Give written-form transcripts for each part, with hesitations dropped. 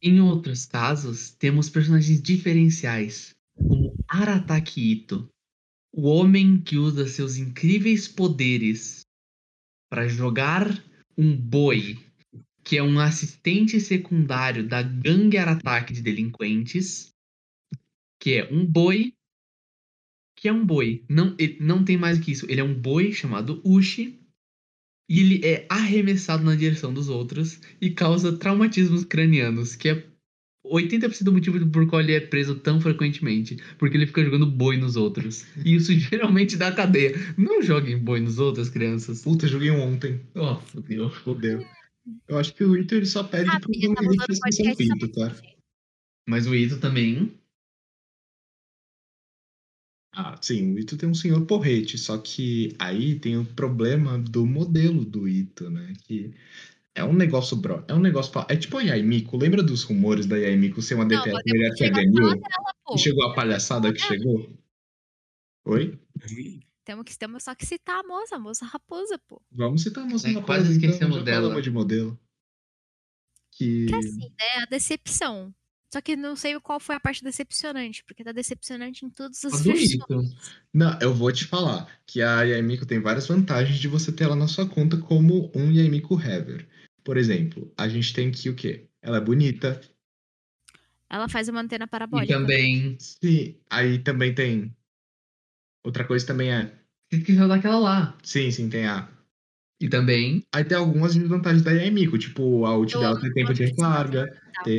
Em outros casos, temos personagens diferenciais, como Arataki Ito, o homem que usa seus incríveis poderes para jogar um boi, que é um assistente secundário da gangue Arataki de delinquentes, que é um boi, que é um boi. Não, ele não tem mais do que isso. Ele é um boi chamado Uchi, e ele é arremessado na direção dos outros e causa traumatismos cranianos, que é 80% do motivo por qual ele é preso tão frequentemente, porque ele fica jogando boi nos outros. E isso geralmente dá cadeia. Não joguem boi nos outros, crianças. Puta, joguei ontem. Oh, fodeu. Fodeu. Eu acho que o Ito ele só pede pro Sabia, tava Domingues usando o prestar atenção no podcast só Ito, pra cara. discutir. Mas o Ito também. Ah, sim, o Ito tem um senhor porrete, só que aí tem o problema do modelo do Ito, né? Que é um negócio, bro. É um negócio. É tipo a Yaimiko. Lembra dos rumores da Yaimiko ser uma Não, DPS podemos melhor que a chegar a falar Ganyu? dela, E pô. chegou a Temos que palhaçada falar que dela. chegou? Oi? Temos só que citar a moça raposa, pô. Vamos citar a moça É, quase raposa, então. esquecemos Já falamos dela. de modelo. Que Que. assim, né? A decepção. Só que não sei qual foi a parte decepcionante, porque tá decepcionante em todas A as do versões. Ito. Não, eu vou te falar que a Yaimiko tem várias vantagens de você ter ela na sua conta como um Yaimiko Heaver. Por exemplo, a gente tem que o quê? Ela é bonita. Ela faz uma antena E parabólica. também. Sim, aí também tem. Outra coisa também é. Esqueceu daquela lá. Sim, sim, tem a. E também. Aí tem algumas desvantagens da Yaimiko, tipo a ult Eu dela amo ter o tempo de de escada. recarga,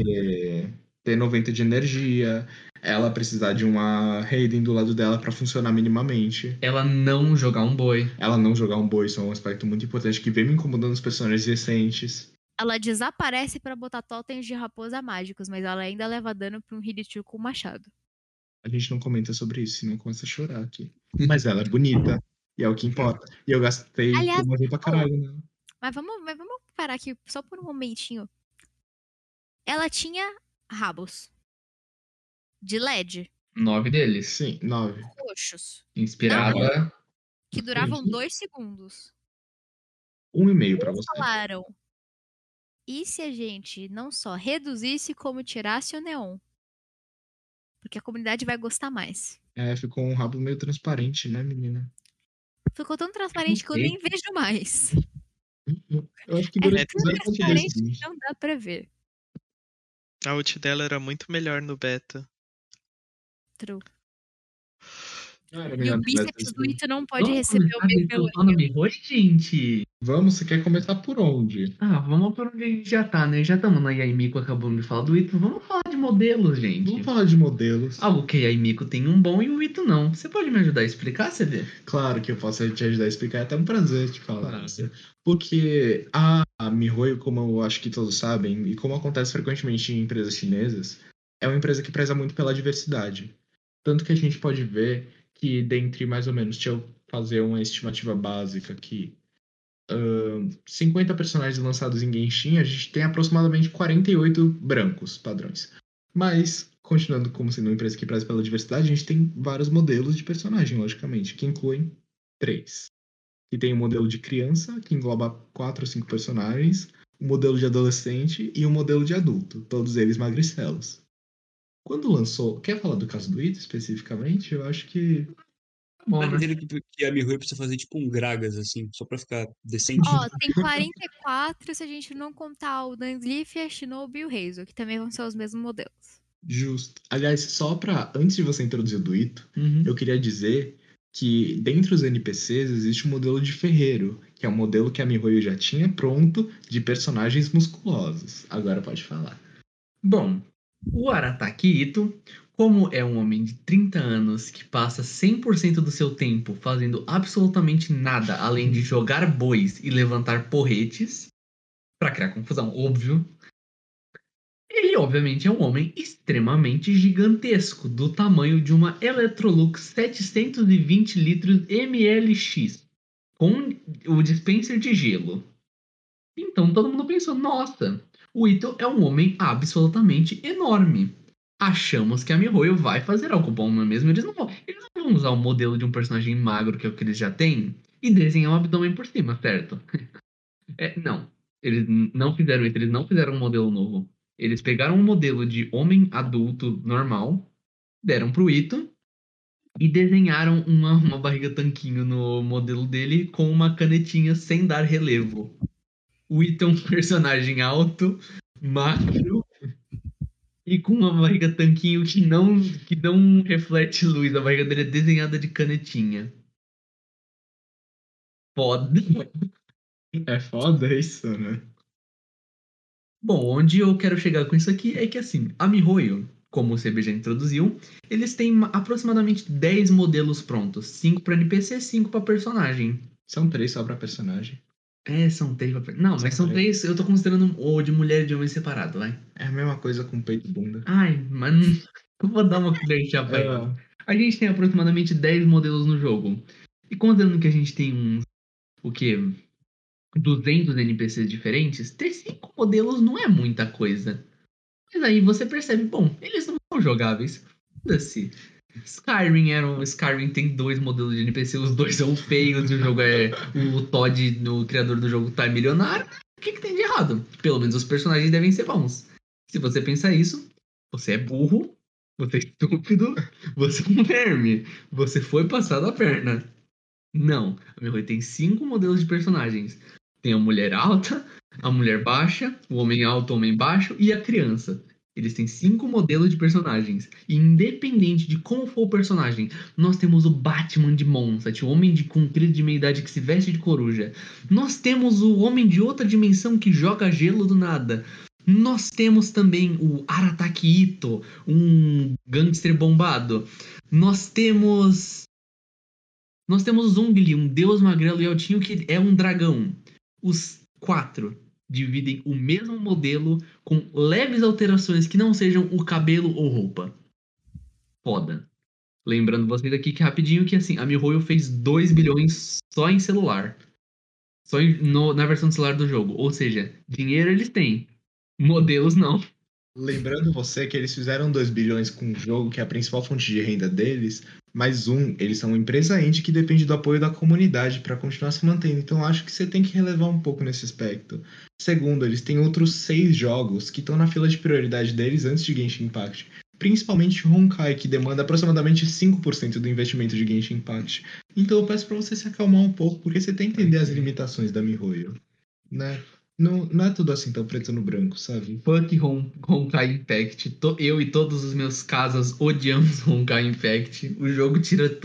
ter 90 de energia, ela precisar de uma Raiden do lado dela pra funcionar minimamente. Ela não jogar um boi. Ela não jogar um boi, isso é um aspecto muito importante que vem me incomodando nos personagens recentes. Ela desaparece pra botar totens de raposa mágicos, mas ela ainda leva dano pra um Hirichu com machado. A gente não comenta sobre isso, senão começa a chorar aqui. Mas ela é bonita, e é o que importa. E eu gastei Aliás, promoção pra pô, caralho, né? mas vamos parar aqui só por um momentinho. Ela tinha rabos de LED 9 deles. Sim, 9. roxos na mão Inspirada. que duravam 2 segundos. 1,5 pra Eles você. falaram: e se a gente não só reduzisse, como tirasse o neon? Porque a comunidade vai gostar mais. É, ficou um rabo meio transparente, né, menina? Ficou tão transparente que eu Ok. nem vejo mais. Eu acho que É durante É, tão durante o dia transparente que seguinte. não dá pra ver. a ult dela era muito melhor no beta. True. Ah, era E o melhor que bíceps do Ito não pode Vamos receber o começar mesmo desculpando elogio. me hoje, gente. Vamos, você quer começar por onde? Ah, vamos por onde a gente já tá, né? Já estamos na Yaimiko acabando de falar do Ito. Vamos falar de modelos, gente. Vamos falar de modelos. Algo que a Yaimiko tem um bom e o Ito não. Você pode me ajudar a explicar, CD? Claro que eu posso te ajudar a explicar, é até um prazer te falar. Claro. Porque a MiHoYo, como eu acho que todos sabem, e como acontece frequentemente em empresas chinesas, é uma empresa que preza muito pela diversidade. Tanto que a gente pode ver que dentre mais ou menos, deixa eu fazer uma estimativa básica aqui, 50 personagens lançados em Genshin, a gente tem aproximadamente 48 brancos padrões. Mas, continuando como sendo uma empresa que preza pela diversidade, a gente tem vários modelos de personagem, logicamente, que incluem três. E tem o modelo de criança, que engloba 4 ou 5 personagens, o modelo de adolescente e o modelo de adulto, todos eles magricelos. Quando lançou, quer falar do caso do Ito especificamente? Eu acho que. Bom, Mas né? ele que a MiHoYo precisa fazer tipo um Gragas, assim, só pra ficar decente. Ó, tem 44 se a gente não contar o Danglif, a Shinobi e o Heizo, que também vão ser os mesmos modelos. Justo. Aliás, só para antes de você introduzir o do Ito, Uhum. eu queria dizer que dentre os NPCs existe o modelo de ferreiro, que é um modelo que a MiHoYo já tinha pronto de personagens musculosos. Agora pode falar. Bom, o Arataki Ito, como é um homem de 30 anos que passa 100% do seu tempo fazendo absolutamente nada além de jogar bois e levantar porretes, pra criar confusão, óbvio, ele obviamente é um homem extremamente gigantesco, do tamanho de uma Electrolux 720 litros MLX, com o dispenser de gelo. Então todo mundo pensou, nossa, o Ito é um homem absolutamente enorme. Achamos que a MiHoYo vai fazer algo bom, não é mesmo? Eles não vão usar o modelo de um personagem magro, que é o que eles já têm, e desenhar um abdômen por cima, certo? Não. Eles não fizeram isso, eles não fizeram um modelo novo. Eles pegaram um modelo de homem adulto normal, deram pro Ito e desenharam uma barriga tanquinho no modelo dele com uma canetinha sem dar relevo. O Ito é um personagem alto, magro e com uma barriga tanquinho que não reflete luz. A barriga dele é desenhada de canetinha. Foda. É foda isso, né? Bom, onde eu quero chegar com isso aqui é que, assim, a MiHoYo, como o CB já introduziu, eles têm aproximadamente 10 modelos prontos. 5 para NPC, 5 para personagem. São 3 só pra personagem. É, são 3 pra... Não, mas são 3, eu tô considerando o de mulher e de homem separado, vai. É a mesma coisa com peito e bunda. Ai, mano, eu vou dar uma colher de chá pra ele. A gente tem aproximadamente 10 modelos no jogo. E considerando que a gente tem uns, o quê? 200 NPCs diferentes, ter 5 modelos não é muita coisa. Mas aí você percebe, bom, eles não são jogáveis. Foda-se. Skyrim tem 2 modelos de NPC, os dois são feios, e o jogo é. O Todd, o criador do jogo, tá milionário. O que tem de errado? Pelo menos os personagens devem ser bons. Se você pensar isso, você é burro, você é estúpido, você é um verme. Você foi passado a perna. Não, a minha tem 5 modelos de personagens. Tem a mulher alta, a mulher baixa, o homem alto, o homem baixo e a criança. Eles têm 5 modelos de personagens. E independente de como for o personagem, nós temos o Batman de Mondstadt, o homem de comprido de meia idade que se veste de coruja. Nós temos o homem de outra dimensão que joga gelo do nada. Nós temos também o Arataki Ito, um gangster bombado. Nós temos o Zhongli, um deus magrelo e altinho que é um dragão. Os 4 dividem o mesmo modelo com leves alterações que não sejam o cabelo ou roupa. Foda. Lembrando vocês aqui que rapidinho que assim, a MiHoYo fez 2 bilhões só em celular. Só na versão de celular do jogo. Ou seja, dinheiro eles têm. Modelos não. Lembrando você que eles fizeram 2 bilhões com um jogo que é a principal fonte de renda deles, mas eles são uma empresa indie que depende do apoio da comunidade para continuar se mantendo. Então acho que você tem que relevar um pouco nesse aspecto. Segundo, eles têm outros 6 jogos que estão na fila de prioridade deles antes de Genshin Impact. Principalmente Honkai, que demanda aproximadamente 5% do investimento de Genshin Impact. Então eu peço para você se acalmar um pouco, porque você tem que entender as limitações da MiHoYo, né? Não é tudo assim tão preto no branco, sabe? Fuck Honkai Impact. Eu e todos os meus casas odiamos Honkai Impact. O jogo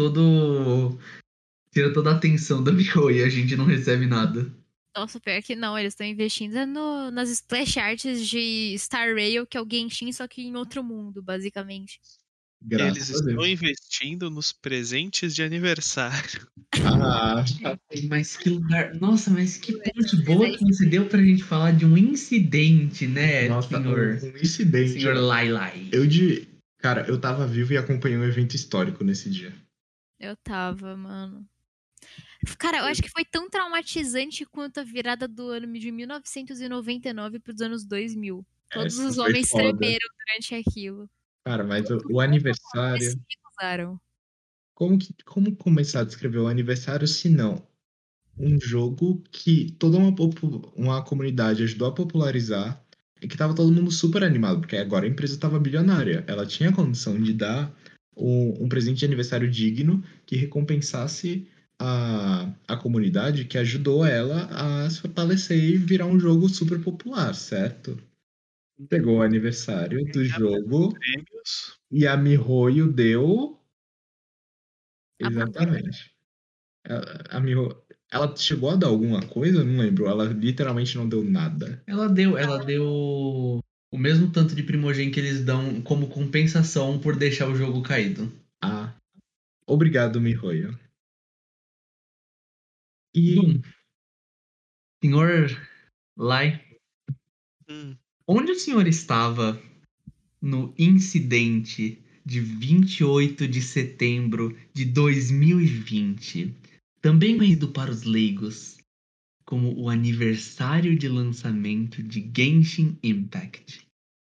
tira toda a atenção da MiHoYo e a gente não recebe nada. Nossa, pior que não, eles estão investindo nas splash arts de Star Rail, que é o Genshin, só que em outro mundo, basicamente. Graças Eles a estão Deus. investindo nos presentes de aniversário. Ah, Mas que lugar. Nossa, mas que ponte boa que você deu pra gente falar de um incidente, né, nossa, senhor? um incidente. Senhor Lai Lai. Cara, eu tava vivo e acompanhei um evento histórico nesse dia. Eu tava, mano. Cara, eu acho que foi tão traumatizante quanto a virada do ano de 1999 para os anos 2000. Todos Essa os foi homens foda. tremeram durante aquilo. Cara, mas Todo o mundo aniversário. se recusaram. Como começar a descrever o aniversário se não um jogo que toda uma comunidade ajudou a popularizar e que tava todo mundo super animado, porque agora a empresa tava bilionária. Ela tinha condição de dar um presente de aniversário digno que recompensasse a comunidade que ajudou ela a se fortalecer e virar um jogo super popular, certo? Pegou o aniversário do jogo Prêmios. e a MiHoYo deu. A Exatamente. A MiHoYo, ela chegou a dar alguma coisa? Eu não lembro. Ela literalmente não deu nada. Ela deu o mesmo tanto de primogem que eles dão como compensação por deixar o jogo caído. Ah, obrigado, MiHoYo. E Bom, senhor Lai, Hum, onde o senhor estava no incidente de 28 de setembro de 2020, também conhecido para os leigos como o aniversário de lançamento de Genshin Impact?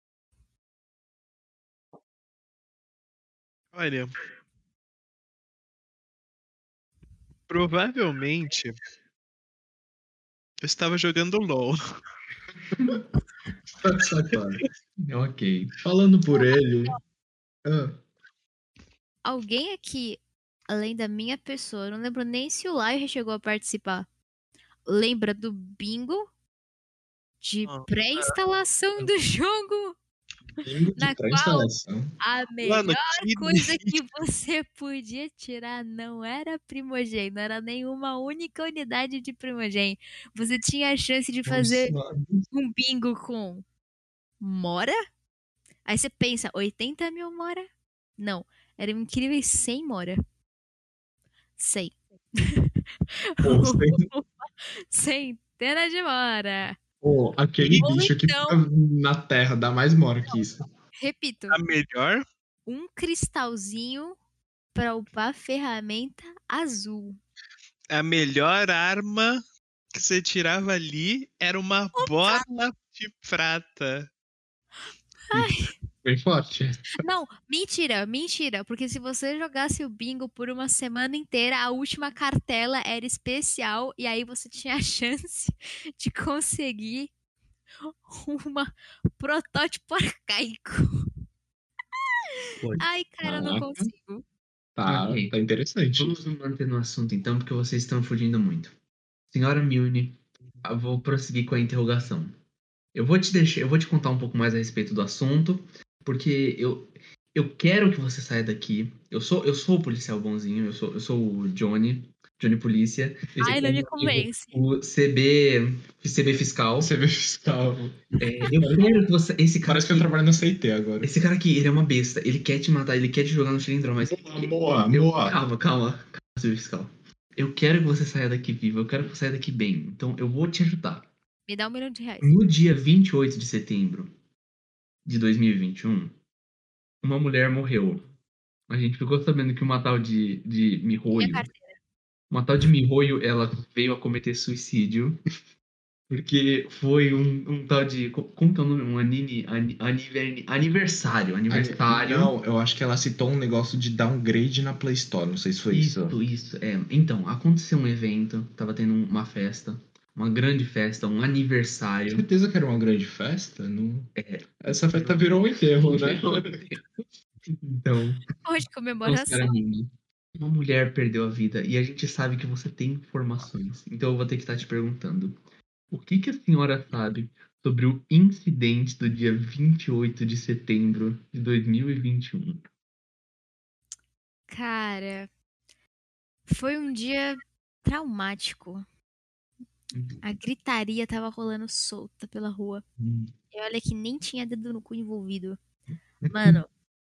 olha, provavelmente eu estava jogando LOL. Só claro. Ok. Falando por ele. Ah, Alguém aqui, além da minha pessoa, eu não lembro nem se o Laio chegou a participar, lembra do bingo de Ah. pré-instalação do jogo? bingo de Na qual pré-instalação. a Mano, melhor que coisa que você podia tirar não era Primogen, não era nenhuma única unidade de Primogen. Você tinha a chance de fazer Nossa, um bingo com Mora? Aí você pensa, 80 mil Mora? Não, eram incríveis 100 Mora. 100. pô, você- Centena de Mora. pô, aquele Ou bicho que então, tá na Terra dá mais mora que isso. repito, a melhor, um cristalzinho para upar ferramenta azul. a melhor arma que você tirava ali era uma bola de prata. Bem forte. Não, mentira, mentira. Porque se você jogasse o bingo por uma semana inteira, a última cartela era especial e aí você tinha a chance de conseguir uma protótipo arcaico. Pode. Ai, cara, eu não Caraca, consigo. Ok. tá interessante. Vamos nos manter no assunto então, porque vocês estão fugindo muito. Senhora Milne, eu vou prosseguir com a interrogação. Eu vou te contar um pouco mais a respeito do assunto, porque eu quero que você saia daqui. Eu sou o policial bonzinho, eu sou o Johnny Polícia. Esse Ai, aqui é não me meu amigo, convence. o CB Fiscal. Você vê fiscal. Eu quero que você, Parece que eu trabalho no CT agora. esse cara aqui, ele é uma besta. Ele quer te matar, ele quer te jogar no cilindrão, mas Moa. calma, CB Fiscal. Eu quero que você saia daqui vivo, eu quero que você saia daqui bem. Então eu vou te ajudar. Me dá R$ 1 milhão. No dia 28 de setembro de 2021, uma mulher morreu. A gente ficou sabendo que de Minha Mihoyo, carteira. uma tal de Mihoyo, ela veio a cometer suicídio, porque foi um tal de, como que é o nome? Aniversário. Não, eu acho que ela citou um negócio de downgrade na Play Store. Não sei se foi isso. Isso, é. Então, aconteceu um evento, tava tendo uma festa, uma grande festa, um aniversário. Certeza que era uma grande festa? Não... Essa festa virou um enterro, né? Então, Hoje Então, senhora comemoração. Mimi, uma mulher perdeu a vida e a gente sabe que você tem informações. Então eu vou ter que estar te perguntando. O que que a senhora sabe sobre o incidente do dia 28 de setembro de 2021? Cara, foi um dia traumático. A gritaria tava rolando solta pela rua. E olha que nem tinha dedo no cu envolvido. Mano,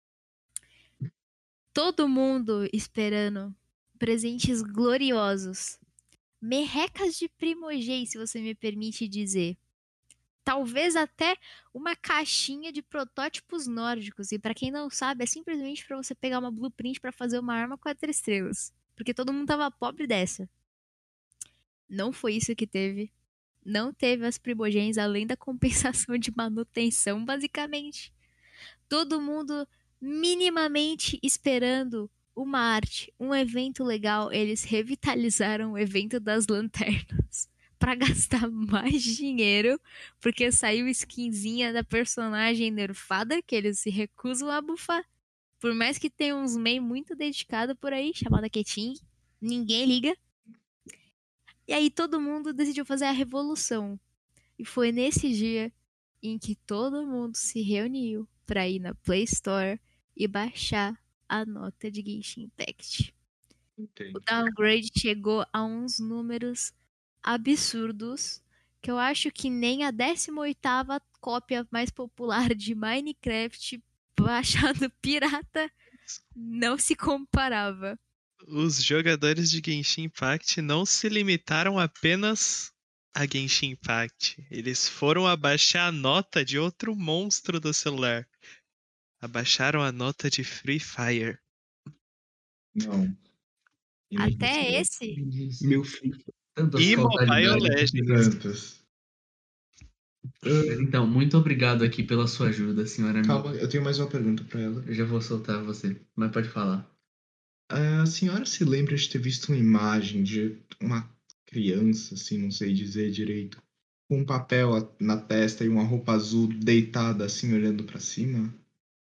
todo mundo esperando presentes gloriosos. Merrecas de Primogen, se você me permite dizer. Talvez até uma caixinha de protótipos nórdicos. E pra quem não sabe, é simplesmente pra você pegar uma blueprint pra fazer uma arma 4 estrelas. Porque todo mundo tava pobre dessa. Não foi isso que teve. Não teve as Primogens além da compensação de manutenção, basicamente. Todo mundo minimamente esperando uma arte, um evento legal. Eles revitalizaram o evento das lanternas para gastar mais dinheiro, porque saiu skinzinha da personagem nerfada que eles se recusam a bufar. Por mais que tenha uns main muito dedicado por aí, chamada Keting, ninguém liga. E aí todo mundo decidiu fazer a revolução. E foi nesse dia em que todo mundo se reuniu para ir na Play Store e baixar a nota de Genshin Impact. O downgrade chegou a uns números absurdos que eu acho que nem a 18ª cópia mais popular de Minecraft baixado pirata não se comparava. Os jogadores de Genshin Impact não se limitaram apenas a Genshin Impact. Eles foram abaixar a nota de outro monstro do celular. Abaixaram a nota de Free Fire. Não. Até esse? Meu filho. Tantas E Mobile causalidades. Legends. Tantas. Mas então, muito obrigado aqui pela sua ajuda, senhora Mimi. Calma, eu tenho mais uma pergunta pra ela. Eu já vou soltar você, mas pode falar. A senhora se lembra de ter visto uma imagem de uma criança, assim, não sei dizer direito, com um papel na testa e uma roupa azul deitada assim, olhando pra cima,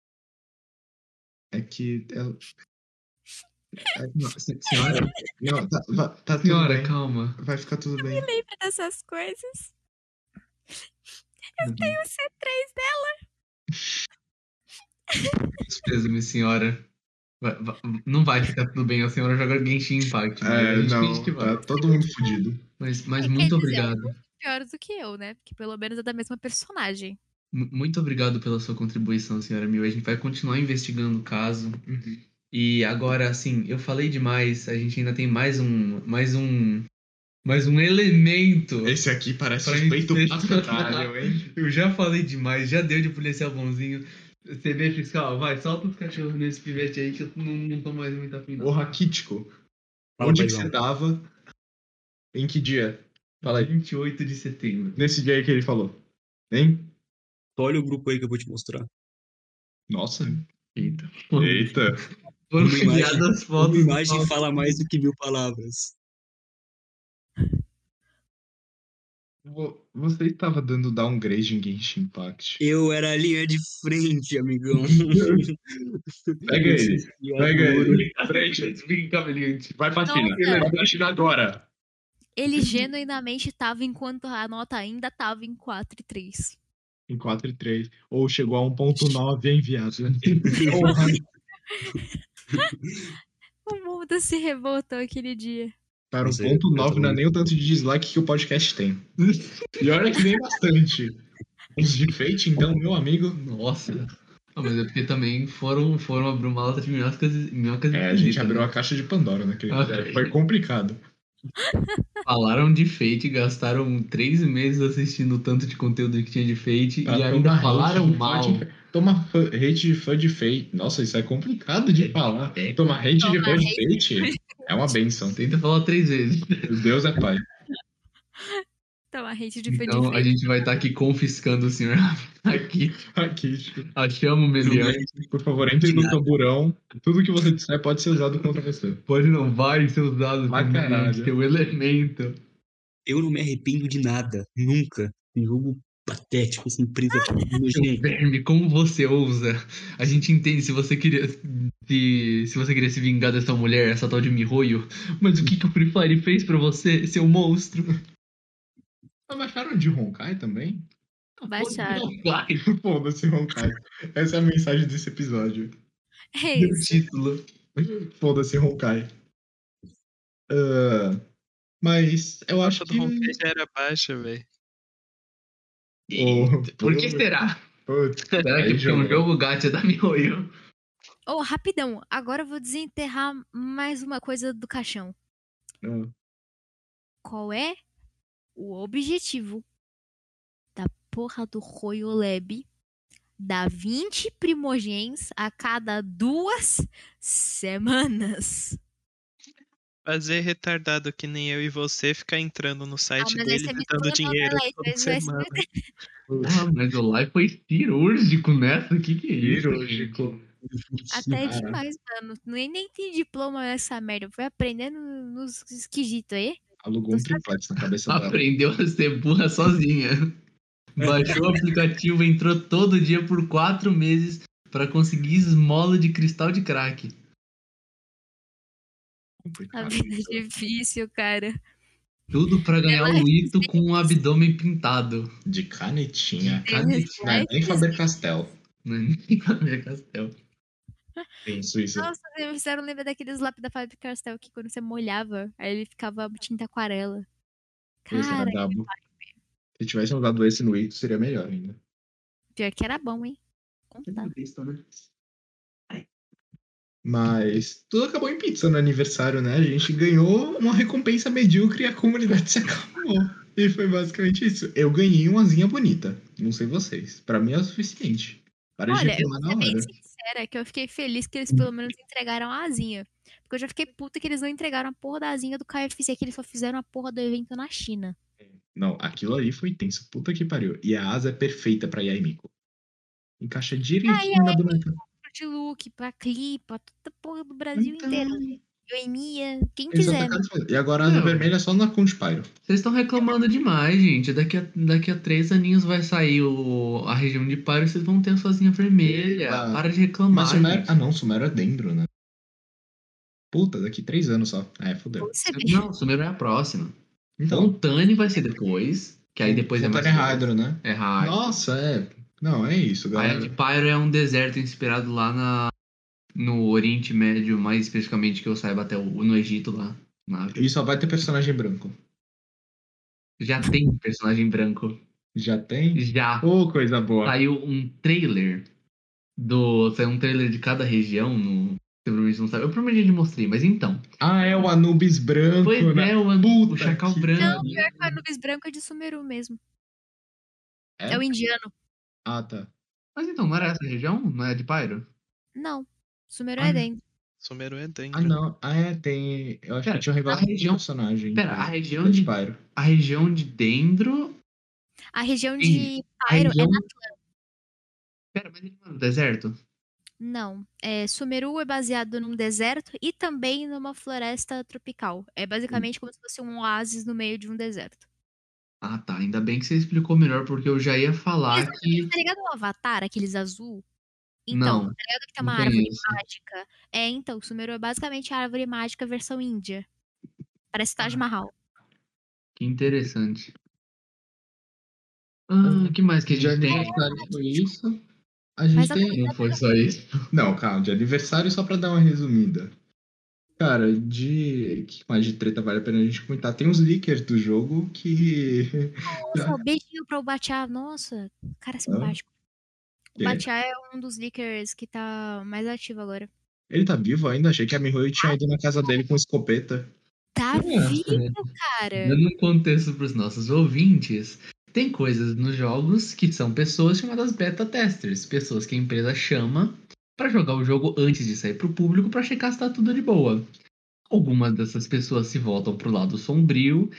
é que ela... Não, senhora, Não, tá tudo senhora, bem. calma. Vai ficar tudo bem. Lembra dessas coisas? Meu Deus. O C3 Meus pésames, senhora. Não vai ficar tudo bem, a senhora joga Genshin Impact, mas a gente vai. Tá todo mundo fudido. Mas quer muito dizer, obrigado. piores do que eu, né? Porque pelo menos é da mesma personagem. Muito obrigado pela sua contribuição, senhora Mil. A gente vai continuar investigando o caso. Uhum. E agora, assim, eu falei demais. A gente ainda tem mais um elemento. Esse aqui parece Pra suspeito gente pra caralho, hein? Eu já falei demais, já deu de policial bonzinho. CB fiscal, vai, solta os cachorros nesse pivete aí que eu não tô mais muito afim. Ô, Raquítico, Fala, onde que paizão. você tava? Em que dia? Fala aí. 28 de setembro. Nesse dia aí que ele falou. Hein? Olha o grupo aí que eu vou te mostrar. Nossa. Eita. Eita. Foram Uma imagem- enviadas Uma fotos. imagem fala mais do que 1000 palavras. Você estava dando downgrade em Genshin Impact. Eu era a linha de frente, amigão. Pega ele. Pega ele. Vai pra China. Nossa. Vai pra China agora. Ele genuinamente tava enquanto a nota ainda tava em 4,3. Em 4,3. Ou chegou a 1,9 é enviado. Porra. O mundo se revoltou aquele dia. Cara, Não sei, 1,9 não é nem o tanto de dislike que o podcast tem. E olha que nem bastante. Os de Fate, então, meu amigo. Nossa. Ah, mas é porque também foram abrir uma lata de minhocas A gente abriu a caixa de Pandora naquele dia. Foi complicado. Falaram de Fate, gastaram 3 meses assistindo o tanto de conteúdo que tinha de Fate Pra e ainda tomar falaram hate de mal. fã de- Toma hate de fã de Fate. Nossa, isso é complicado de falar. Tomar hate de Tomar fã de hate Fate é uma benção. Tenta falar 3 vezes. Deus é pai. Então a hate de Então a Fade gente vai estar aqui confiscando o senhor aqui. Aqui, Achamos o Melian. por favor, entre no tamburão. Tudo que você disser pode ser usado contra você. Pode não, vai ser usado Vai, como caralho. seu elemento. Eu não me arrependo de nada. Nunca. Um jogo patético, essa empresa Seu nojenta. verme, como você ousa? A gente entende se você queria se você queria se vingar dessa mulher, essa tal de Mihoyo, mas o que o Free Fire fez pra você, seu monstro? Mas baixaram de Honkai também? Baixaram. Vai, Foda-se, Honkai. Essa é a mensagem desse episódio. É deu o isso. título. Foda-se, Honkai. Mas eu acho Todo que... Honkai já era baixa, velho. Por que será? Putz, Será que aí porque é um jogou. jogo gacha da Mihoyo? Oh, rapidão. Agora eu vou desenterrar mais uma coisa do caixão. Ah, Qual é o objetivo da porra do Royo Lab dar 20 primogens a cada 2 semanas? Fazer retardado que nem eu e você ficar entrando no site mas aí deles você e mistura dando dinheiro Omelete, toda aí você- semana. Ah, mas o live foi cirúrgico nessa? O que é isso? cirúrgico. Até Cara. demais, mano. Nem tem diploma nessa merda. Foi aprendendo nos esquisitos aí. Alugou um triplex na cabeça dela. Aprendeu a ser burra sozinha. Baixou o aplicativo, entrou todo dia por 4 meses pra conseguir esmola de cristal de crack. A Complicado. vida é difícil, cara. Tudo pra ganhar o Ito com o abdômen pintado. De canetinha. Deus, Não é nem Faber-Castell. Não é nem Faber Castell. Em Suíça. Nossa, me fizeram lembrar daqueles lápis da Faber Castell que quando você molhava, aí ele ficava tinta aquarela. Esse era Cara, brabo. Se tivesse usado esse no Ito, seria melhor ainda. pior que era bom, hein? Contar. Mas tudo acabou em pizza no aniversário, né? A gente ganhou uma recompensa medíocre e a comunidade se acalmou. E foi basicamente isso. Eu ganhei uma asinha bonita. Não sei vocês. Pra mim é o suficiente. Para de Olha, eu reclamar vou na ser bem hora. sincera que eu fiquei feliz que eles pelo menos entregaram a asinha. Porque eu já fiquei puta que eles não entregaram a porra da asinha do KFC, que eles só fizeram a porra do evento na China. Não, aquilo ali foi tenso. Puta que pariu. E a asa é perfeita pra Yaimiko. Encaixa direitinho na boneca. De look, pra clipa, toda porra do Brasil Então, inteiro. Yoimiya, quem Eles vão quiser. tacar e agora a asa Não. vermelha é só na Conde Pyro. Vocês estão reclamando demais, gente. Daqui a 3 aninhos vai sair a região de Pyro e vocês vão ter a sozinha vermelha. Ah, Para de reclamar, Mas Sumero. gente. Ah, não, Sumero é Dendro, né? Puta, daqui 3 anos só. Fodeu. Você vê. Não, Sumero é a próxima. Então, Fontane vai ser depois, que aí depois é mais Fontane é forte. Hydro, né? É Hydro. Nossa, Não, é isso, Aí a de galera. Pyro é um deserto inspirado lá no Oriente Médio, mais especificamente que eu saiba até no Egito lá. na África. E só vai ter personagem branco. Já tem personagem branco. Já tem? Já Ô, coisa boa. saiu um trailer saiu um trailer de cada região no. Você provavelmente não sabe. Eu provavelmente já mostrei, mas então. Ah, é o Anubis branco, Pois né? é, o Puta Chacal que Branco. Não, pior que o Anubis branco é de Sumeru mesmo. É o indiano. Ah, tá. Mas então, não era essa região? Não é de Pyro? Não. Sumeru Ah, é dentro. Sumeru é Ah, dentro. não. tem. Eu acho Pera, que tinha revelado a região- um personagem. Pera, a região de de. Pyro. A região de Dendro. A região Sim, de A Pyro região. é na... Pera, mas ele não é no deserto? Não. Sumeru é baseado num deserto e também numa floresta tropical. É basicamente como se fosse um oásis no meio de um deserto. Ah, tá. Ainda bem que você explicou melhor, porque eu já ia falar que. Tá ligado o Avatar, aqueles azul? Então, Não, tá ligado que tem não uma árvore conheço. mágica? Então, Sumeru é basicamente a árvore mágica versão índia. Parece Taj Mahal. Que interessante. O que mais que a De gente tem? aniversário foi isso. A Mas gente a tem. Não foi só isso. Não, calma, de aniversário só pra dar uma resumida. Cara, que mais de treta vale a pena a gente comentar? Tem os leakers do jogo que. Nossa, beijinho pra o Batiá. Nossa, cara simpático. O Que? Batiá é um dos leakers que tá mais ativo agora. Ele tá vivo ainda? Achei que a Mihoyo tinha ido na casa dele com escopeta. Tá Nossa, vivo, cara. Dando um contexto para os nossos ouvintes, tem coisas nos jogos que são pessoas chamadas beta testers, pessoas que a empresa chama para jogar o jogo antes de sair para o público para checar se tá tudo de boa. Algumas dessas pessoas se voltam pro lado sombrio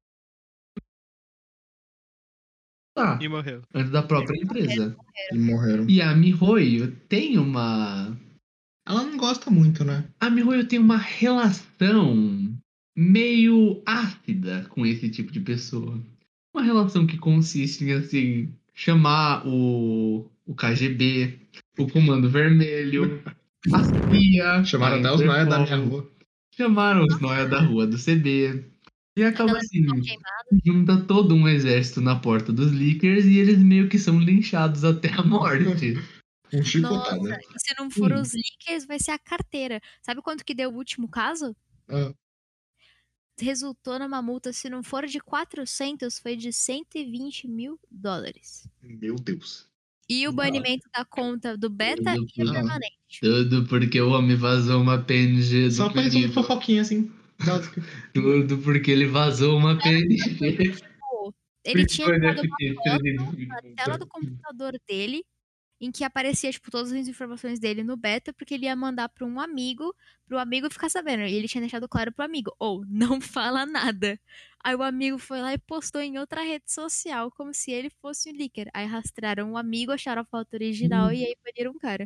E morreu. antes da própria empresa. E morreram. E a Mihoyo tem uma Ela não gosta muito, né? a Mihoyo tem uma relação meio ácida com esse tipo de pessoa. Uma relação que consiste em, assim, chamar o KGB, o Comando Vermelho, a CIA, Chamaram a até os Noia da minha Interpol, rua. chamaram os Noia da rua do CB. E acaba galera assim, tá queimada. junta todo um exército na porta dos leakers e eles meio que são linchados até a morte. Um chicotada. Nossa, e se não for os leakers, vai ser a carteira. Sabe quanto que deu o último caso? Ah, Resultou numa multa, se não for de 400, foi de $120 mil. meu Deus. E o banimento da conta do beta Tudo e a por- permanente. Tudo porque o homem vazou uma PNG do Só pra resolver querido. fofoquinha assim. Tudo porque ele vazou uma PNG. Pô, ele tinha Bitcoin tirado uma NFT, foto 300 na Bitcoin. tela do computador dele, em que aparecia, tipo, todas as informações dele no beta, porque ele ia mandar para um amigo, pro amigo ficar sabendo. E ele tinha deixado claro pro amigo, não fala nada. Aí o amigo foi lá e postou em outra rede social, como se ele fosse o leaker. Aí rastrearam o amigo, acharam a foto original e aí baniram o cara.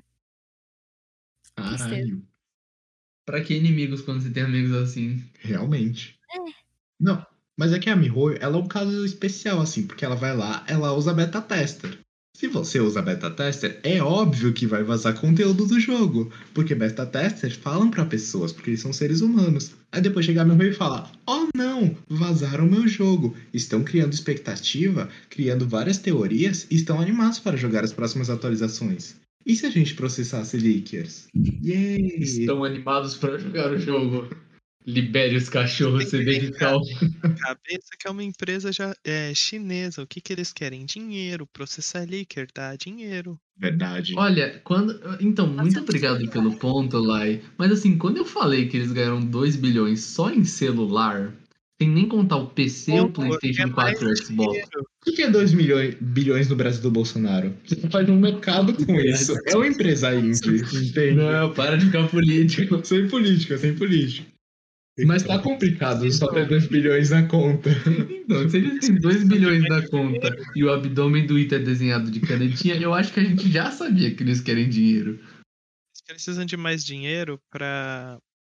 Caralho. Pra que inimigos quando você tem amigos assim? Realmente. Não, mas é que a Mihoyo, ela é um caso especial, assim, porque ela vai lá, ela usa beta tester. Se você usa beta tester, é óbvio que vai vazar conteúdo do jogo. Porque beta testers falam pra pessoas, porque eles são seres humanos. Aí depois chega a Mihoyo e fala: oh não, vazaram meu jogo. Estão criando expectativa, criando várias teorias e estão animados para jogar as próximas atualizações. E se a gente processasse leakers? Yay! Estão animados pra jogar o jogo. Libere os cachorros, CD de cal. Cabeça que é uma empresa chinesa. O que eles querem? Dinheiro. Processar leaker dá dinheiro. Verdade. Olha, então, muito obrigado pelo ponto, Lai. Mas assim, quando eu falei que eles ganharam 2 bilhões só em celular, sem nem contar o PC, o PlayStation 4 e o Xbox. O que é 2 bilhões no Brasil do Bolsonaro? Você faz um mercado com isso. É uma empresa indie, entende? Não, para de ficar político. Sem política, sem política. Mas tá complicado só ter 2 bilhões na conta. Então, se eles têm 2 bilhões na conta e o abdômen do Ita é desenhado de canetinha, eu acho que a gente já sabia que eles querem dinheiro. Eles precisam de mais dinheiro para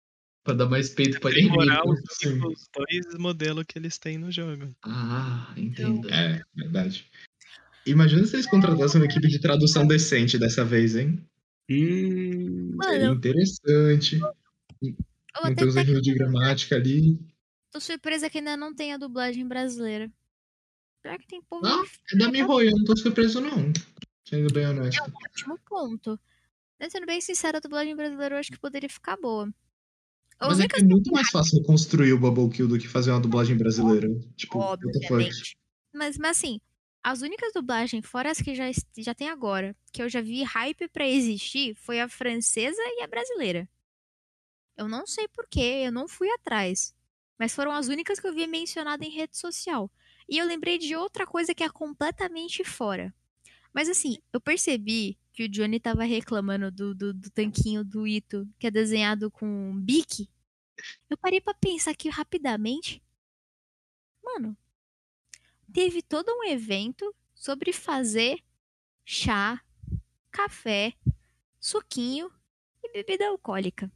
Pra dar mais peito pra Demorar inimigo. os Sim. únicos 2 modelos que eles têm no jogo. Ah, entendo. É, verdade. Imagina se eles contratassem uma equipe de tradução decente dessa vez, hein? Seria Mano, interessante. eu Não até ter os erros de gramática ali. tô surpresa que ainda não tem a dublagem brasileira. Pior que tem povo Ah, que é da MiHoYo, eu não tô surpreso, não. Sendo bem honesto. ótimo ponto. Mas sendo bem sincera, a dublagem brasileira eu acho que poderia ficar boa. As Mas é que únicas é muito mais fácil construir o Bubble Kill do que fazer uma dublagem brasileira. Tipo, what the fuck? obviamente. Mas assim, as únicas dublagens, fora as que já tem agora, que eu já vi hype pra existir, foi a francesa e a brasileira. Eu não sei porquê, eu não fui atrás. Mas foram as únicas que eu vi mencionada em rede social. E eu lembrei de outra coisa que é completamente fora. Mas assim, eu percebi que o Johnny tava reclamando do tanquinho do Ito, que é desenhado com um bique. Eu parei pra pensar aqui rapidamente. Mano, teve todo um evento sobre fazer chá, café, suquinho e bebida alcoólica.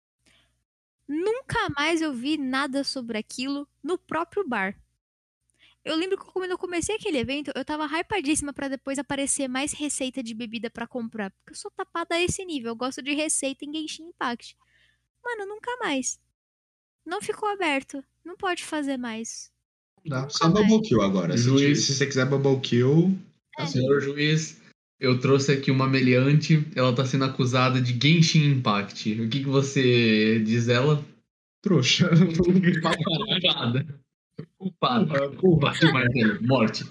Nunca mais eu vi nada sobre aquilo no próprio bar. Eu lembro que quando eu comecei aquele evento, eu tava hypadíssima pra depois aparecer mais receita de bebida pra comprar. Porque eu sou tapada a esse nível. Eu gosto de receita em Genshin Impact. Mano, nunca mais. Não ficou aberto. Não pode fazer mais. Dá. Nunca Só mais. Bubble Kill agora. Juiz. Se você quiser Bubble Kill, É. Senhor juiz, eu trouxe aqui uma meliante. Ela tá sendo acusada de Genshin Impact. O que você diz dela? trouxa. Culpada. Bate o martelo. Morte.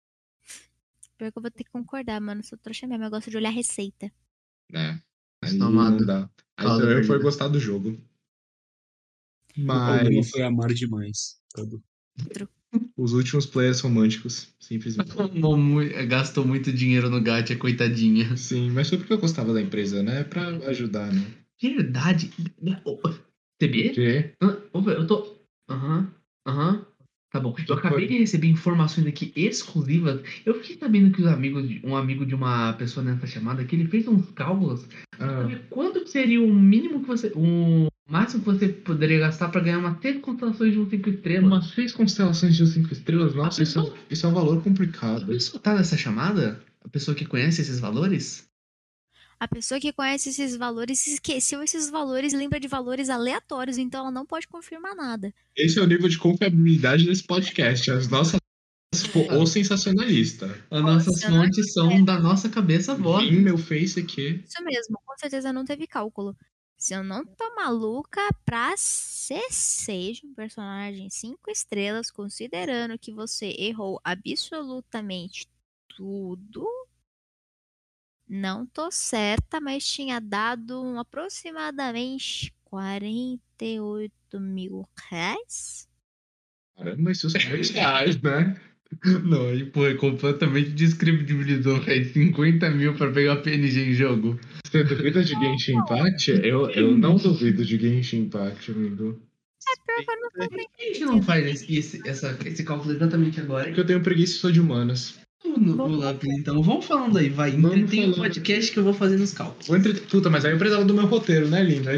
Pior que eu vou ter que concordar, mano. Sou trouxa mesmo. Eu gosto de olhar receita. É. Aí Está não amado. dá. Aí Fala, também foi Fernanda. gostar do jogo. O problema Mas foi amar demais. Sabe? os últimos players românticos, simplesmente. Gastou muito dinheiro no gacha, coitadinha. Sim, mas foi porque eu gostava da empresa, né? Pra ajudar, né? Verdade. TB? Porque Opa, eu tô. Aham. Tá bom. Eu acabei de receber informações aqui exclusivas. Eu fiquei sabendo que um amigo de uma pessoa nessa chamada, que ele fez uns cálculos pra saber quanto que seria o mínimo que você. O máximo que você poderia gastar pra ganhar umas 6 constelações de um 5 estrelas. umas 6 constelações de 5 estrelas, nossa, A pessoa- isso é um valor A complicado. pessoa tá nessa chamada? A pessoa que conhece esses valores? A pessoa que conhece esses valores esqueceu esses valores, lembra de valores aleatórios, então ela não pode confirmar nada. Esse é o nível de confiabilidade desse podcast. As nossas o sensacionalista. As nossas se eu não- fontes são da nossa cabeça voz. Em meu face aqui. Isso mesmo, com certeza não teve cálculo. Se eu não tô maluca, pra ser seja um personagem 5 estrelas, considerando que você errou absolutamente tudo, não tô certa, mas tinha dado aproximadamente 48 mil reais. Caramba, isso são reais, né? Não, aí, pô, é completamente descredibilizou, velho. 50 mil pra pegar PNG em jogo. Você duvida de Genshin Impact? Eu não duvido de Genshin Impact, amigo. Pior que eu não tô Por que a gente não faz esse cálculo exatamente agora? Porque eu tenho preguiça e sou de humanas. No lápis, então. Vamos falando aí, vai. Vamos Entretém o falando. podcast que eu vou fazer nos cálculos. Puta, mas aí eu precisava do meu roteiro, né, lindo?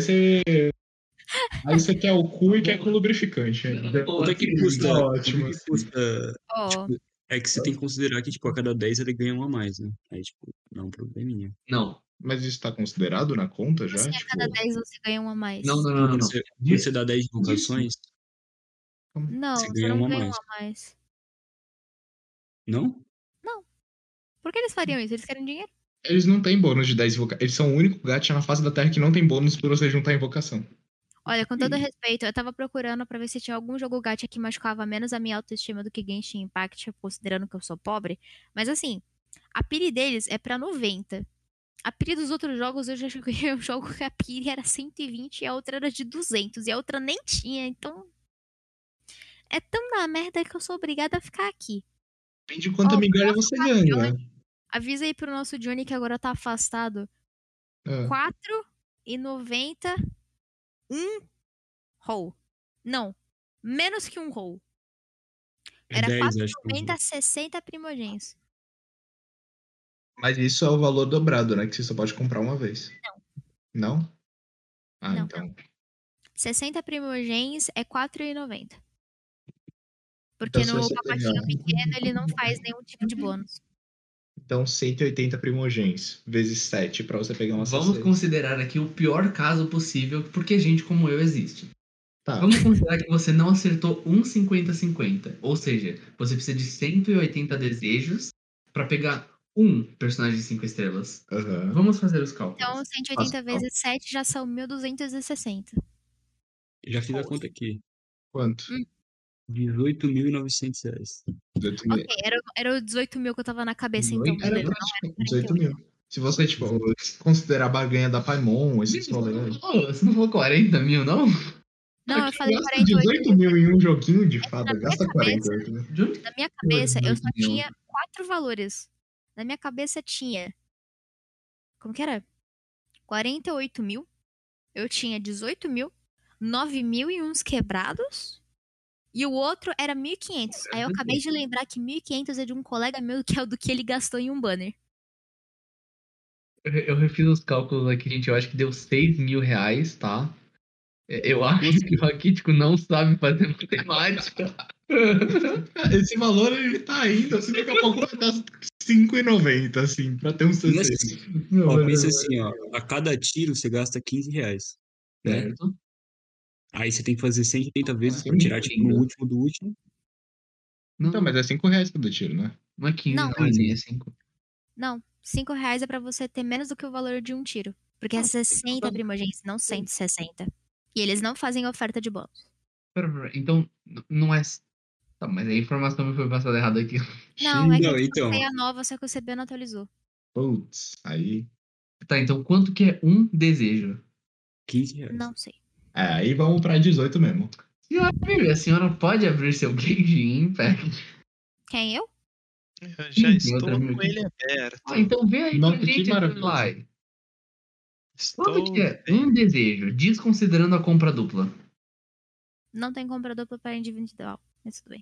Aí você quer o cu e quer com lubrificante ainda. Quanto é que custa? Ótimo. Quanto é que custa? Ó, Tipo, é que você tem que considerar que, tipo, a cada 10 ele ganha um a mais, né? Aí, tipo, não é um probleminha. Não. Mas isso tá considerado na conta já? assim, a Tipo, cada 10 você ganha um a mais. Não. Quando você dá 10 invocações, Não, você você ganha não um a ganha um mais. a mais. Não? Por que eles fariam isso? Eles querem dinheiro? eles não têm bônus de 10 invocações. Eles são o único gacha na face da Terra que não tem bônus por você juntar invocação. Olha, com todo respeito, eu tava procurando pra ver se tinha algum jogo gacha que machucava menos a minha autoestima do que Genshin Impact, considerando que eu sou pobre. Mas assim, a pire deles é pra 90. A pire dos outros jogos eu já joguei um jogo que a pire era 120 e a outra era de 200 e a outra nem tinha, então é tão na merda que eu sou obrigada a ficar aqui. Depende de quanta Ó, migalha você ganha. Avisa aí pro nosso Johnny que agora tá afastado. É. R$4,90 um roll. Não, menos que um roll. É Era 10, acho que. 4,90, 60 primogênios. Mas isso é o valor dobrado, né? Que você só pode comprar uma vez. Não? Ah, Não. então. 60 primogens é R$4,90. Porque Então, se no você pacotinho pegar. pequeno ele não faz nenhum tipo de bônus. Então, 180 primogens vezes 7 pra você pegar uma Vamos C6. considerar aqui o pior caso possível, porque gente como eu existe. Tá. Vamos considerar que você não acertou um 50-50. Ou seja, você precisa de 180 desejos para pegar um personagem de 5 estrelas. Aham. Vamos fazer os Então, cálculos. 180 vezes 7 já são 1.260. Já fiz a conta aqui. Quanto? Hum. R$18.900. 18 mil. Ok, era o 18 mil que eu tava na cabeça, então, Era beleza. praticamente 18 mil. Se você, tipo, considerar a barganha da Paimon, esses rolês. Você não falou 40 mil, não? Não, eu falei Gasta 48 18 mil em um joguinho de Na fada, minha gasta cabeça, 48 mil. De onde Na minha que tirou cabeça, eu só 18 mil? tinha 4 valores. Na minha cabeça tinha. Como que era? 48 mil. Eu tinha 18 mil. 9 mil e uns quebrados. E o outro era 1.500. Aí eu acabei de lembrar que 1.500 é de um colega meu, que é o do que ele gastou em um banner. Eu refiz os cálculos aqui, gente. Eu acho que deu 6 mil reais, tá? Eu acho que o Raquítico não sabe fazer matemática. Esse valor, ele tá indo, assim, daqui a pouco vai dar 5,90, assim, pra ter um Nessa- C6. Ó, pensa assim, ó. A cada tiro você gasta R$15, né? Certo? Aí você tem que fazer 180 vezes pra Muito tirar, tipo, no lindo. último do último. Então, mas é R$5 cada tiro, né? Não é 15, Não. não, é 5. Não, R$5 é pra você ter menos do que o valor de um tiro. Porque é 60 primogênitos, não 160. E eles não fazem oferta de bônus. Pera. Então, não é. Tá, mas a informação me foi passada errada aqui. Não, é que eu Não, te então. passei a nova, só que o CB não atualizou. Putz, aí... Tá, então quanto que é um desejo? R$15. Não sei. Aí vamos pra 18 mesmo. Senhora Vivi, a senhora pode abrir seu Genshin Impact? Quem, eu? Eu já Sim, tem estou outra com amiga aqui. ele aberto. Ah, então vê aí Nossa, pra que gente, maravilha. Lai. Quanto Estou que é um desejo, desconsiderando a compra dupla? Não tem compra dupla para individual. Mas tudo bem.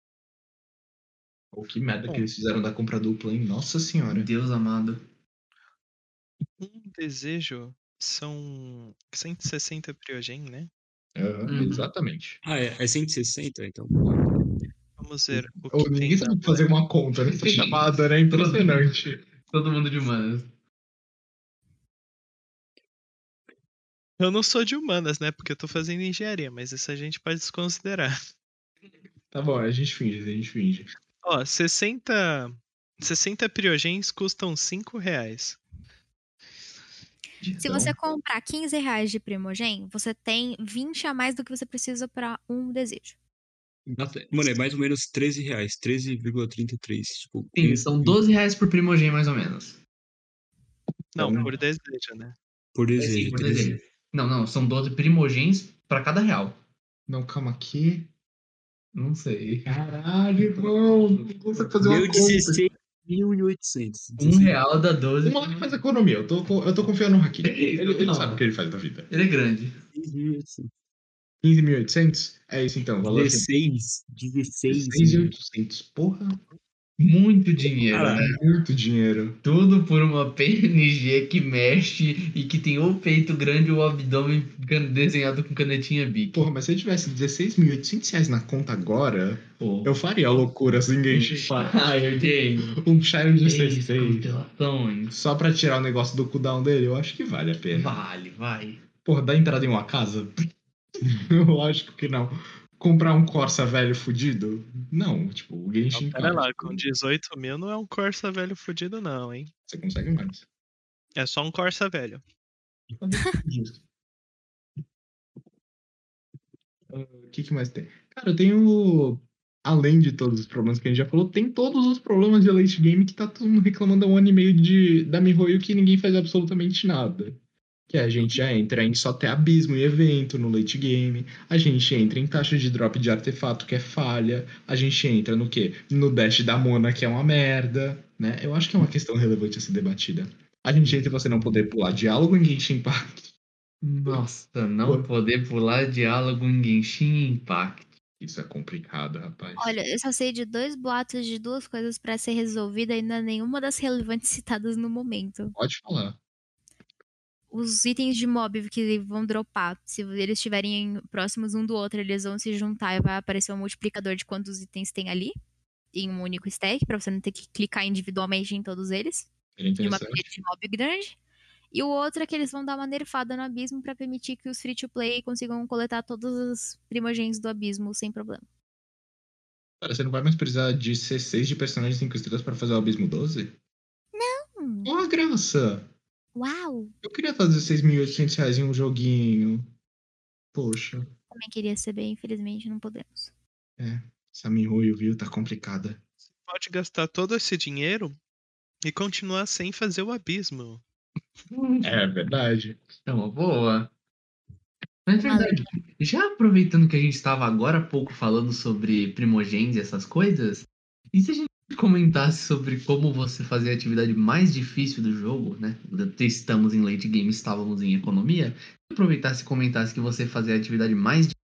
Oh, que merda que eles fizeram da compra dupla, hein? Nossa senhora. Deus amado. Um desejo são 160 Priogen, né? Uhum. Exatamente. Ah, é 160, então. Vamos ver o Ou que ninguém tem sabe na fazer uma conta nessa chamada, né? Impressionante. Todo mundo de humanas. Eu não sou de humanas, né? Porque eu tô fazendo engenharia, mas isso a gente pode desconsiderar. Tá bom, a gente finge. Ó, 60 Priogens custam R$5. Se Então, você comprar R$15 de Primogen, você tem 20 a mais do que você precisa para um desejo. Mano, é mais ou menos R$13, 13,33. Tipo, Sim, são 12 reais por primogênio, mais ou menos. Não, Então, por desejo, né? por Sim, desejo. por 13. desejo. Não, são 12 primogênios para cada real. não, calma aqui. Não sei. Caralho, irmão. Não consegue fazer uma Deu conta. 16.800. Um real dá 12. O moleque faz economia. Eu tô confiando no Haki. Ele Não. sabe o que ele faz da vida. Ele é grande. 16.800. 15.800? É isso então, valor assim. 16 mil. 6.800. Porra, Muito dinheiro, Cara, né? muito dinheiro. Tudo por uma PNG que mexe e que tem o peito grande ou o abdômen desenhado com canetinha Bic. Porra, mas se eu tivesse 16.800 reais na conta agora, Pô. eu faria a loucura assim, Genshin. Fire Um Shadow de Seis 16. constelações. Só pra tirar o negócio do cooldown dele, eu acho que vale a pena. Vale, vai. Porra, dá entrada em uma casa? Lógico que não. Comprar um Corsa velho fudido? Não, tipo, o Não, Genshin pera lá, Impact. com 18 mil não é um Corsa velho fudido, não, hein? Você consegue mais. É só um Corsa velho. Justo. O que mais tem? Cara, eu tenho. Além de todos os problemas que a gente já falou, tem todos os problemas de late game que tá todo mundo reclamando há um ano e meio da MiHoYo que ninguém faz absolutamente nada. Que a gente já entra em só ter abismo e evento no late game, a gente entra em taxa de drop de artefato que é falha, a gente entra no quê? No dash da Mona que é uma merda, né? Eu acho que é uma questão relevante a ser debatida. A gente entra em você não poder pular diálogo em Genshin Impact. Nossa, não poder pular diálogo em Genshin Impact. Isso é complicado, rapaz. Olha, eu só sei de 2 boatos de 2 coisas para ser resolvida e não é nenhuma das relevantes citadas no momento. Pode falar. os itens de mob que vão dropar, se eles estiverem próximos um do outro, eles vão se juntar e vai aparecer um multiplicador de quantos itens tem ali, em um único stack, pra você não ter que clicar individualmente em todos eles, Seria de uma pilha interessante. de mob grande. E o outro é que eles vão dar uma nerfada no abismo pra permitir que os free-to-play consigam coletar todos os primogênitos do abismo sem problema. Cara, você não vai mais precisar de C6 de personagens 5 estrelas pra fazer o Abismo 12? Ó, a graça! Uau! Eu queria fazer R$6.800 em um joguinho. Poxa. Também queria saber, infelizmente não podemos. É, essa Mihoyo, viu? Tá complicada. Pode gastar todo esse dinheiro e continuar sem fazer o abismo. É verdade. É uma boa. Mas é Uma verdade, já aproveitando que a gente estava agora há pouco falando sobre primogênitos e essas coisas, e se a gente comentasse sobre como você fazer a atividade mais difícil do jogo, né? Estamos em late game, estávamos em economia. Aproveitasse e comentasse que você fazer a atividade mais difícil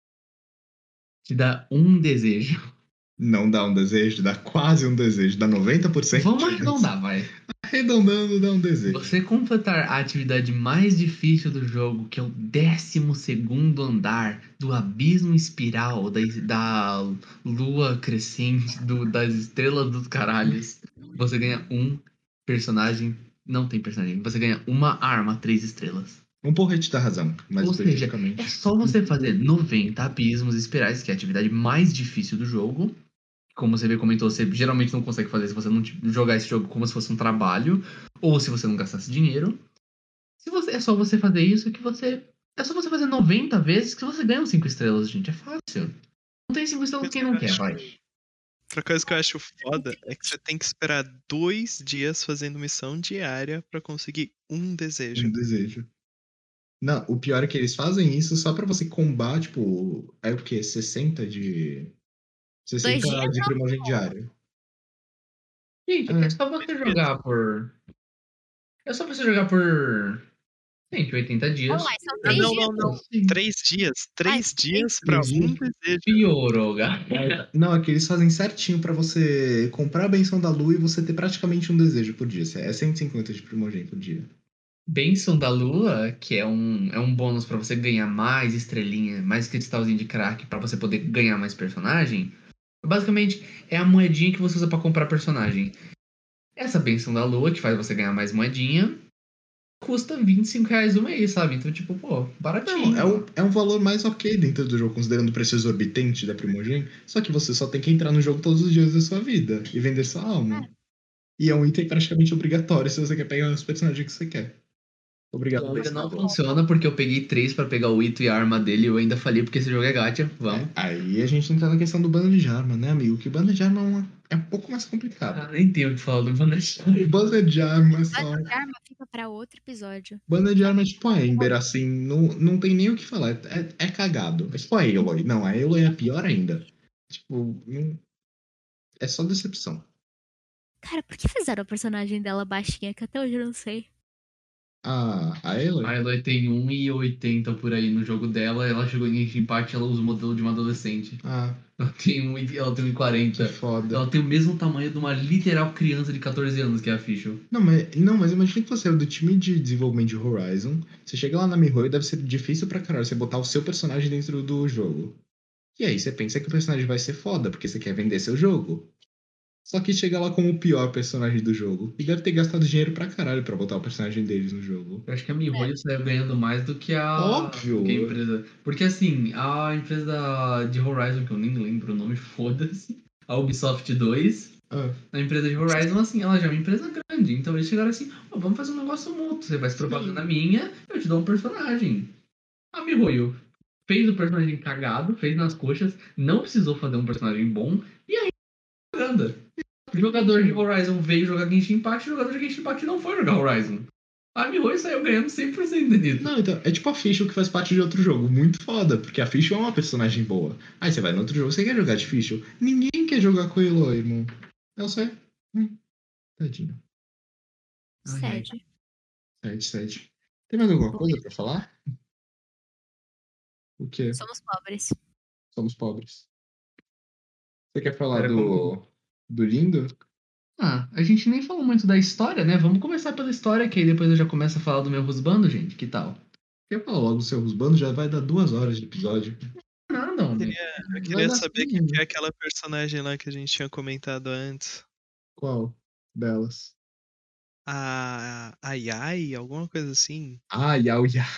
te dá um desejo. Não dá um desejo, dá quase um desejo, dá 90%. Vamos arredondar, vai. Arredondando, dá um desejo. Você completar a atividade mais difícil do jogo, que é o 12º andar do abismo espiral, da lua crescente, das estrelas dos caralhos, você ganha um personagem. Não tem personagem. Você ganha uma arma 3 estrelas. Um porrete da razão, mais Ou seja, especificamente. é só você fazer 90 abismos espirais, que é a atividade mais difícil do jogo. Como você comentou, você geralmente não consegue fazer se você não jogar esse jogo como se fosse um trabalho, ou se você não gastasse dinheiro. É só você fazer isso que você. É só você fazer 90 vezes que você ganha 5 estrelas, gente. É fácil. Não tem 5 estrelas quem não quer, vai. Outra coisa que eu acho foda é que você tem que esperar 2 dias fazendo missão diária pra conseguir um desejo. Um desejo. Não, o pior é que eles fazem isso só pra você combar, tipo, é o quê? 60 de. 2 60 dias? de primogênito diário. Gente, é só você jogar por. É só você jogar por 180 Não, dias. mas são Ah, 3 não, dias. não, não. Sim. 3 dias. 3 dias pra três um dias. desejo. Piorou, gato. Não, é que eles fazem certinho pra você comprar a benção da lua e você ter praticamente um desejo por dia. É 150 de primogênito por dia. Bênção da Lua, que é um bônus pra você ganhar mais estrelinha, mais cristalzinho de crack pra você poder ganhar mais personagem. Basicamente, é a moedinha que você usa pra comprar personagem. Essa Bênção da Lua, que faz você ganhar mais moedinha, custa R$25 o mês, sabe? Então, tipo, pô, baratinho. Não, é um valor mais ok dentro do jogo, considerando o preço exorbitante da primogênito. Só que você só tem que entrar no jogo todos os dias da sua vida e vender sua alma. E é um item praticamente obrigatório se você quer pegar os personagens que você quer. Obrigado, Ainda não pensador. funciona porque eu peguei 3 pra pegar o Ito e a arma dele e eu ainda falei porque esse jogo é gacha. Vamos. Aí a gente entra na questão do bando de arma, né, amigo? Que o bando de arma é um pouco mais complicado. Ah, nem tenho o que falar do Vanessa. O bando de arma só. Banda de arma fica pra outro episódio. Banda de arma é tipo a Ember, assim, não tem nem o que falar. É cagado. É tipo a Aloy. Não, a Aloy é pior ainda. Tipo, é só decepção. Cara, por que fizeram a personagem dela baixinha, que até hoje eu não sei. A Aloy? A Eloy tem 1,80 por aí no jogo dela. Ela chegou em Genshin Impact, ela usa o modelo de uma adolescente. Ah, Ela tem 1,40. que foda. Ela tem o mesmo tamanho de uma literal criança de 14 anos, que é a Fischl. Não, mas imagina que você é do time de desenvolvimento de Horizon. Você chega lá na Mihoyo, deve ser difícil pra caralho você botar o seu personagem dentro do jogo. E aí você pensa que o personagem vai ser foda, porque você quer vender seu jogo. Só que chega lá como o pior personagem do jogo. E deve ter gastado dinheiro pra caralho pra botar o personagem deles no jogo. Eu acho que a MiHoYo saiu ganhando mais do que Óbvio. a empresa. Porque assim, a empresa de Horizon, que eu nem lembro o nome, foda-se. A Ubisoft 2. Ah, A empresa de Horizon, assim, ela já é uma empresa grande. Então eles chegaram assim, "Ó, vamos fazer um negócio mútuo. Você faz propaganda minha, eu te dou um personagem. A MiHoYo fez o personagem cagado, fez nas coxas, não precisou fazer um personagem bom, e aí propaganda. O jogador de Horizon veio jogar Genshin Impact, o jogador de Genshin Impact não foi jogar Horizon. A MiHoYo saiu ganhando 100% disso. não, então, é tipo a Fischl que faz parte de outro jogo. Muito foda, porque a Fischl é uma personagem boa. Aí você vai no outro jogo, você quer jogar de Fischl? Ninguém quer jogar com a Eloy, irmão. Eu sei. Tadinho. Ai, ai. Sede. Sede. Tem mais alguma coisa pra falar? O quê? Somos pobres. Somos pobres. Você quer falar Era do lindo? Ah, a gente nem falou muito da história, né? Vamos começar pela história, que aí depois eu já começo a falar do meu rusbando, gente. Que tal? Quer falar logo do seu Rusbando? Já vai dar 2 horas de episódio. Nada, homem. Eu Vai queria dar saber sim quem que ainda. é aquela personagem lá que a gente tinha comentado antes. Qual delas? A Yai, alguma coisa assim. Ah, Yao Yao.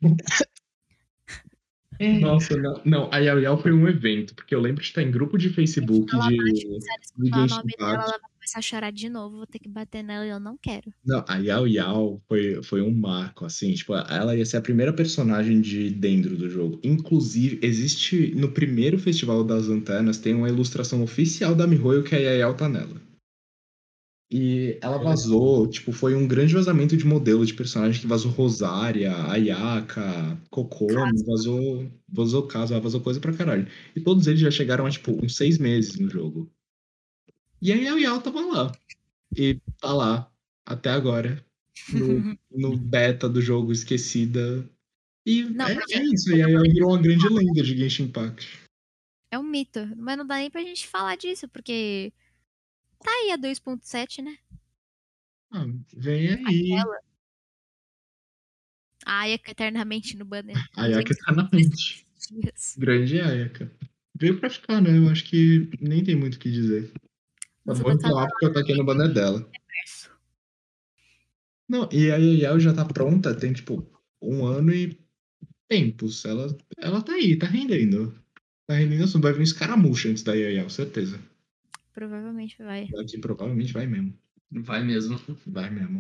É, Nossa, não, a Yao Yao foi um evento, porque eu lembro de estar em grupo de Facebook Ela bate, se ela de escutar o Genshin nome dela, Impact. ela vai começar a chorar de novo. Vou ter que bater nela e eu não quero. Não, a Yao Yao foi um marco, assim, tipo, ela ia ser a primeira personagem de dentro do jogo. Inclusive, existe no primeiro Festival das Antenas, tem uma ilustração oficial da MiHoYo que a Yao Yao tá nela. E ela vazou, tipo, foi um grande vazamento de modelo de personagem que vazou Rosária, Ayaka, Kokomi, vazou caso, vazou coisa pra caralho. E todos eles já chegaram a, tipo, uns 6 meses no jogo. E a Yao Yao tava lá. E tá lá, até agora, no beta do jogo, esquecida. E Não, mas é isso, e aí ela virou uma grande lenda de Genshin Impact. é um mito. Mas não dá nem pra gente falar disso, porque tá aí a 2.7, né? Ah, vem aí. A Ayaka eternamente no banner. A Ayaka tá na mente. Dias. Grande Ayaka. Veio pra ficar, né? Eu acho que nem tem muito o que dizer. Tá Você bom vai estar reclamar porque eu taquei no banner dela. verso. Não, e a Yayao já tá pronta, tem tipo 1 ano e tempos. Ela tá aí, tá rendendo. Tá rendendo assunto. Vai vir um escaramucho antes da Yayao, certeza. Provavelmente vai. Daqui provavelmente vai mesmo. vai mesmo. Vai mesmo.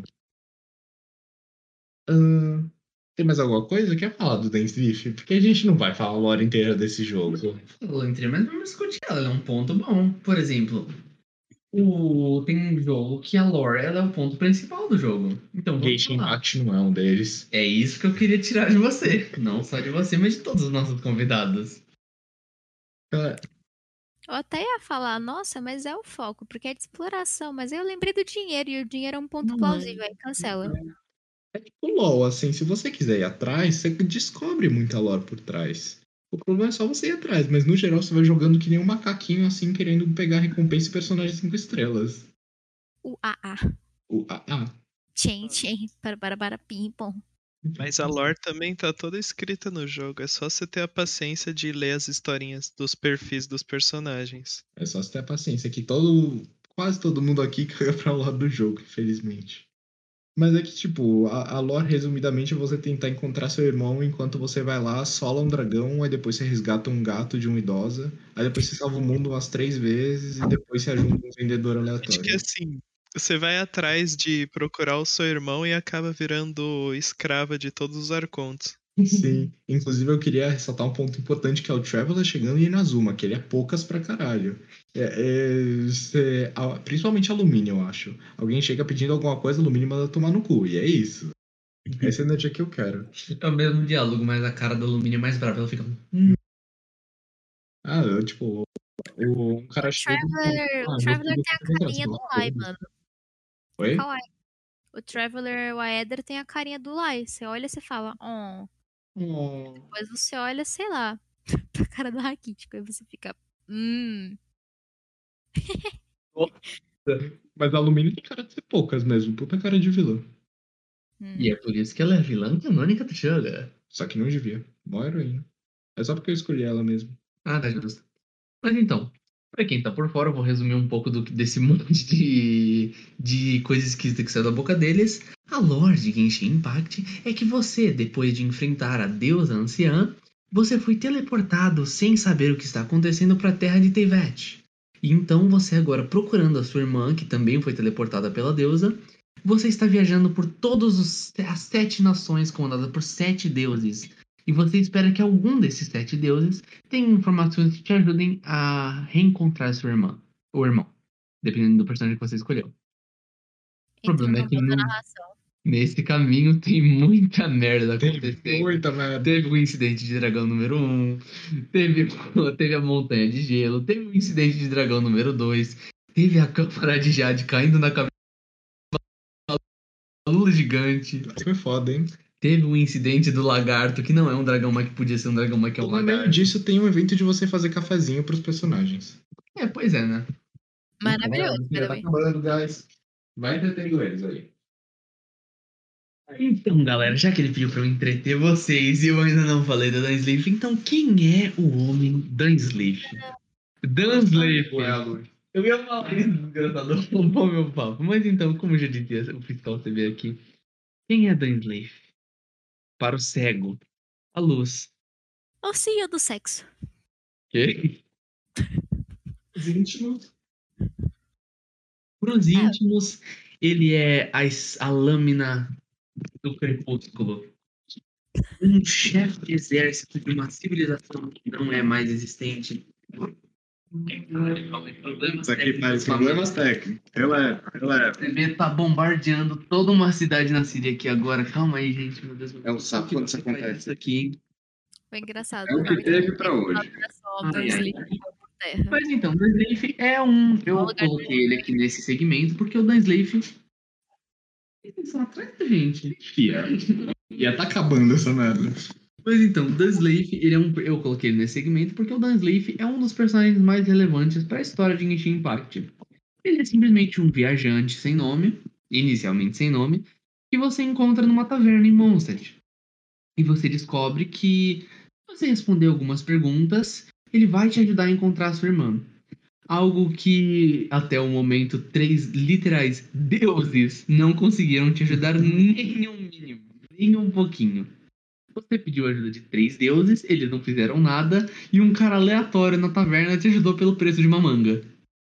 Ahn, tem mais alguma coisa? Quer falar do Dance Leaf? Porque a gente não vai falar a lore inteira desse jogo. Falou entre, mas vamos discutir ela. Ela é um ponto bom. Por exemplo, tem um jogo que a lore ela é o ponto principal do jogo. Então vamos Genshin falar. Impact não é um deles. É isso que eu queria tirar de você. Não só de você, mas de todos os nossos convidados. Ela- Eu até ia falar, nossa, mas é o foco, porque é de exploração. Mas aí eu lembrei do dinheiro, e o dinheiro é um ponto Não é. plausível, aí cancela. É tipo LOL, assim, se você quiser ir atrás, você descobre muita lore por trás. O problema é só você ir atrás, mas no geral você vai jogando que nem um macaquinho, assim, querendo pegar recompensa e personagem 5 estrelas. O AA. O AA. Tchen, para, pim, pom. Mas a lore também tá toda escrita no jogo. É só você ter a paciência de ler as historinhas dos perfis dos personagens. É só você ter a paciência que quase todo mundo aqui caga pra lore do jogo, infelizmente. Mas é que, tipo, a lore, resumidamente, é você tentar encontrar seu irmão enquanto você vai lá, sola um dragão, aí depois você resgata um gato de uma idosa, aí depois você salva o mundo umas 3 vezes e depois você ajuda um vendedor Acho que aleatório. assim, você vai atrás de procurar o seu irmão e acaba virando escrava de todos os arcontes. Sim, inclusive eu queria ressaltar um ponto importante que é o Traveler chegando em Inazuma, que ele é poucas pra caralho. Principalmente alumínio, eu acho. Alguém chega pedindo alguma coisa, alumínio manda tomar no cu, e é isso. Essa é a energia que eu quero. É o mesmo diálogo, mas a cara do alumínio é mais brava. Ela fica. Tipo, um cara chega e fala, O meu Traveler filho, tem a você não quer carinha do uma Lai, coisa? mano. Oi? Kawaii. O Traveler, o Aether tem a carinha do Lai. Você olha e você fala, Oh. Depois você olha, sei lá, pra cara do Raquítico. Aí você fica, Mas a alumínio tem cara de ser poucas mesmo, puta cara de vilã. E é por isso que ela é a vilã canônica do jogo. Só que não devia. Mó heroína. É só porque eu escolhi ela mesmo. Ah, tá justo. Mas então, pra quem tá por fora, eu vou resumir um pouco desse monte de coisas esquisitas que saiu da boca deles. A lore de Genshin Impact é que você, depois de enfrentar a deusa anciã, você foi teleportado sem saber o que está acontecendo para a terra de Teyvat. E então você agora procurando a sua irmã, que também foi teleportada pela deusa, você está viajando por todas as 7 nações comandadas por 7 deuses. E você espera que algum desses 7 deuses tenha informações que te ajudem a reencontrar sua irmã ou irmão, dependendo do personagem que você escolheu. O entrou problema é uma que outra narração. nesse caminho tem muita merda Tem acontecendo. muita merda. Teve o incidente de dragão número 1, teve a montanha de gelo, teve o incidente de dragão número 2, teve a câmara de Jade caindo na cabeça da lula gigante, Foi foda, hein? teve o incidente do lagarto, que não é um dragão, mas que podia ser um dragão, mas que é um No meio lagarto. disso tem um evento de você fazer cafezinho pros personagens. É, pois é, né? Maravilhoso, Já by the tá way. acabando, guys. Vai entretendo eles aí. Então, galera, já que ele pediu pra eu entreter vocês e eu ainda não falei da Dan Slave, então quem é o homem Dan Slave? Dan Slave. Ué, Lu. Eu ia falar isso, desgraçado, roubou meu papo. Mas então, como já dizia o fiscal TV aqui, quem é Dan Slave? Para o cego, a luz. O CEO do sexo. Que? Os íntimos. Para os íntimos, ele é a lâmina do crepúsculo. Um chefe de exército de uma civilização que não é mais existente. Isso aqui faz problemas técnicos. Releva. A TV tá bombardeando toda uma cidade na Síria aqui agora. Calma aí, gente. Meu Deus. É um sapo quando isso acontece. Isso aqui, hein? Foi engraçado. É o que teve pra hoje. Ai, ai. Por terra. Mas então, o Dan Slave é um. Eu coloquei ele aqui nesse segmento porque o Dan Slave. Eles estão atrás da gente. Ia tá acabando essa merda. Mas então, o Dan Slave, ele é um. Eu coloquei ele nesse segmento porque o Dan Slave é um dos personagens mais relevantes para a história de Genshin Impact. Ele é simplesmente um viajante sem nome, inicialmente sem nome, que você encontra numa taverna em Mondstadt. E você descobre que, se você responder algumas perguntas, ele vai te ajudar a encontrar a sua irmã. Algo que, até o momento, 3 literais deuses não conseguiram te ajudar nem um mínimo, nem um pouquinho. Você pediu a ajuda de 3 deuses, eles não fizeram nada, e um cara aleatório na taverna te ajudou pelo preço de uma manga.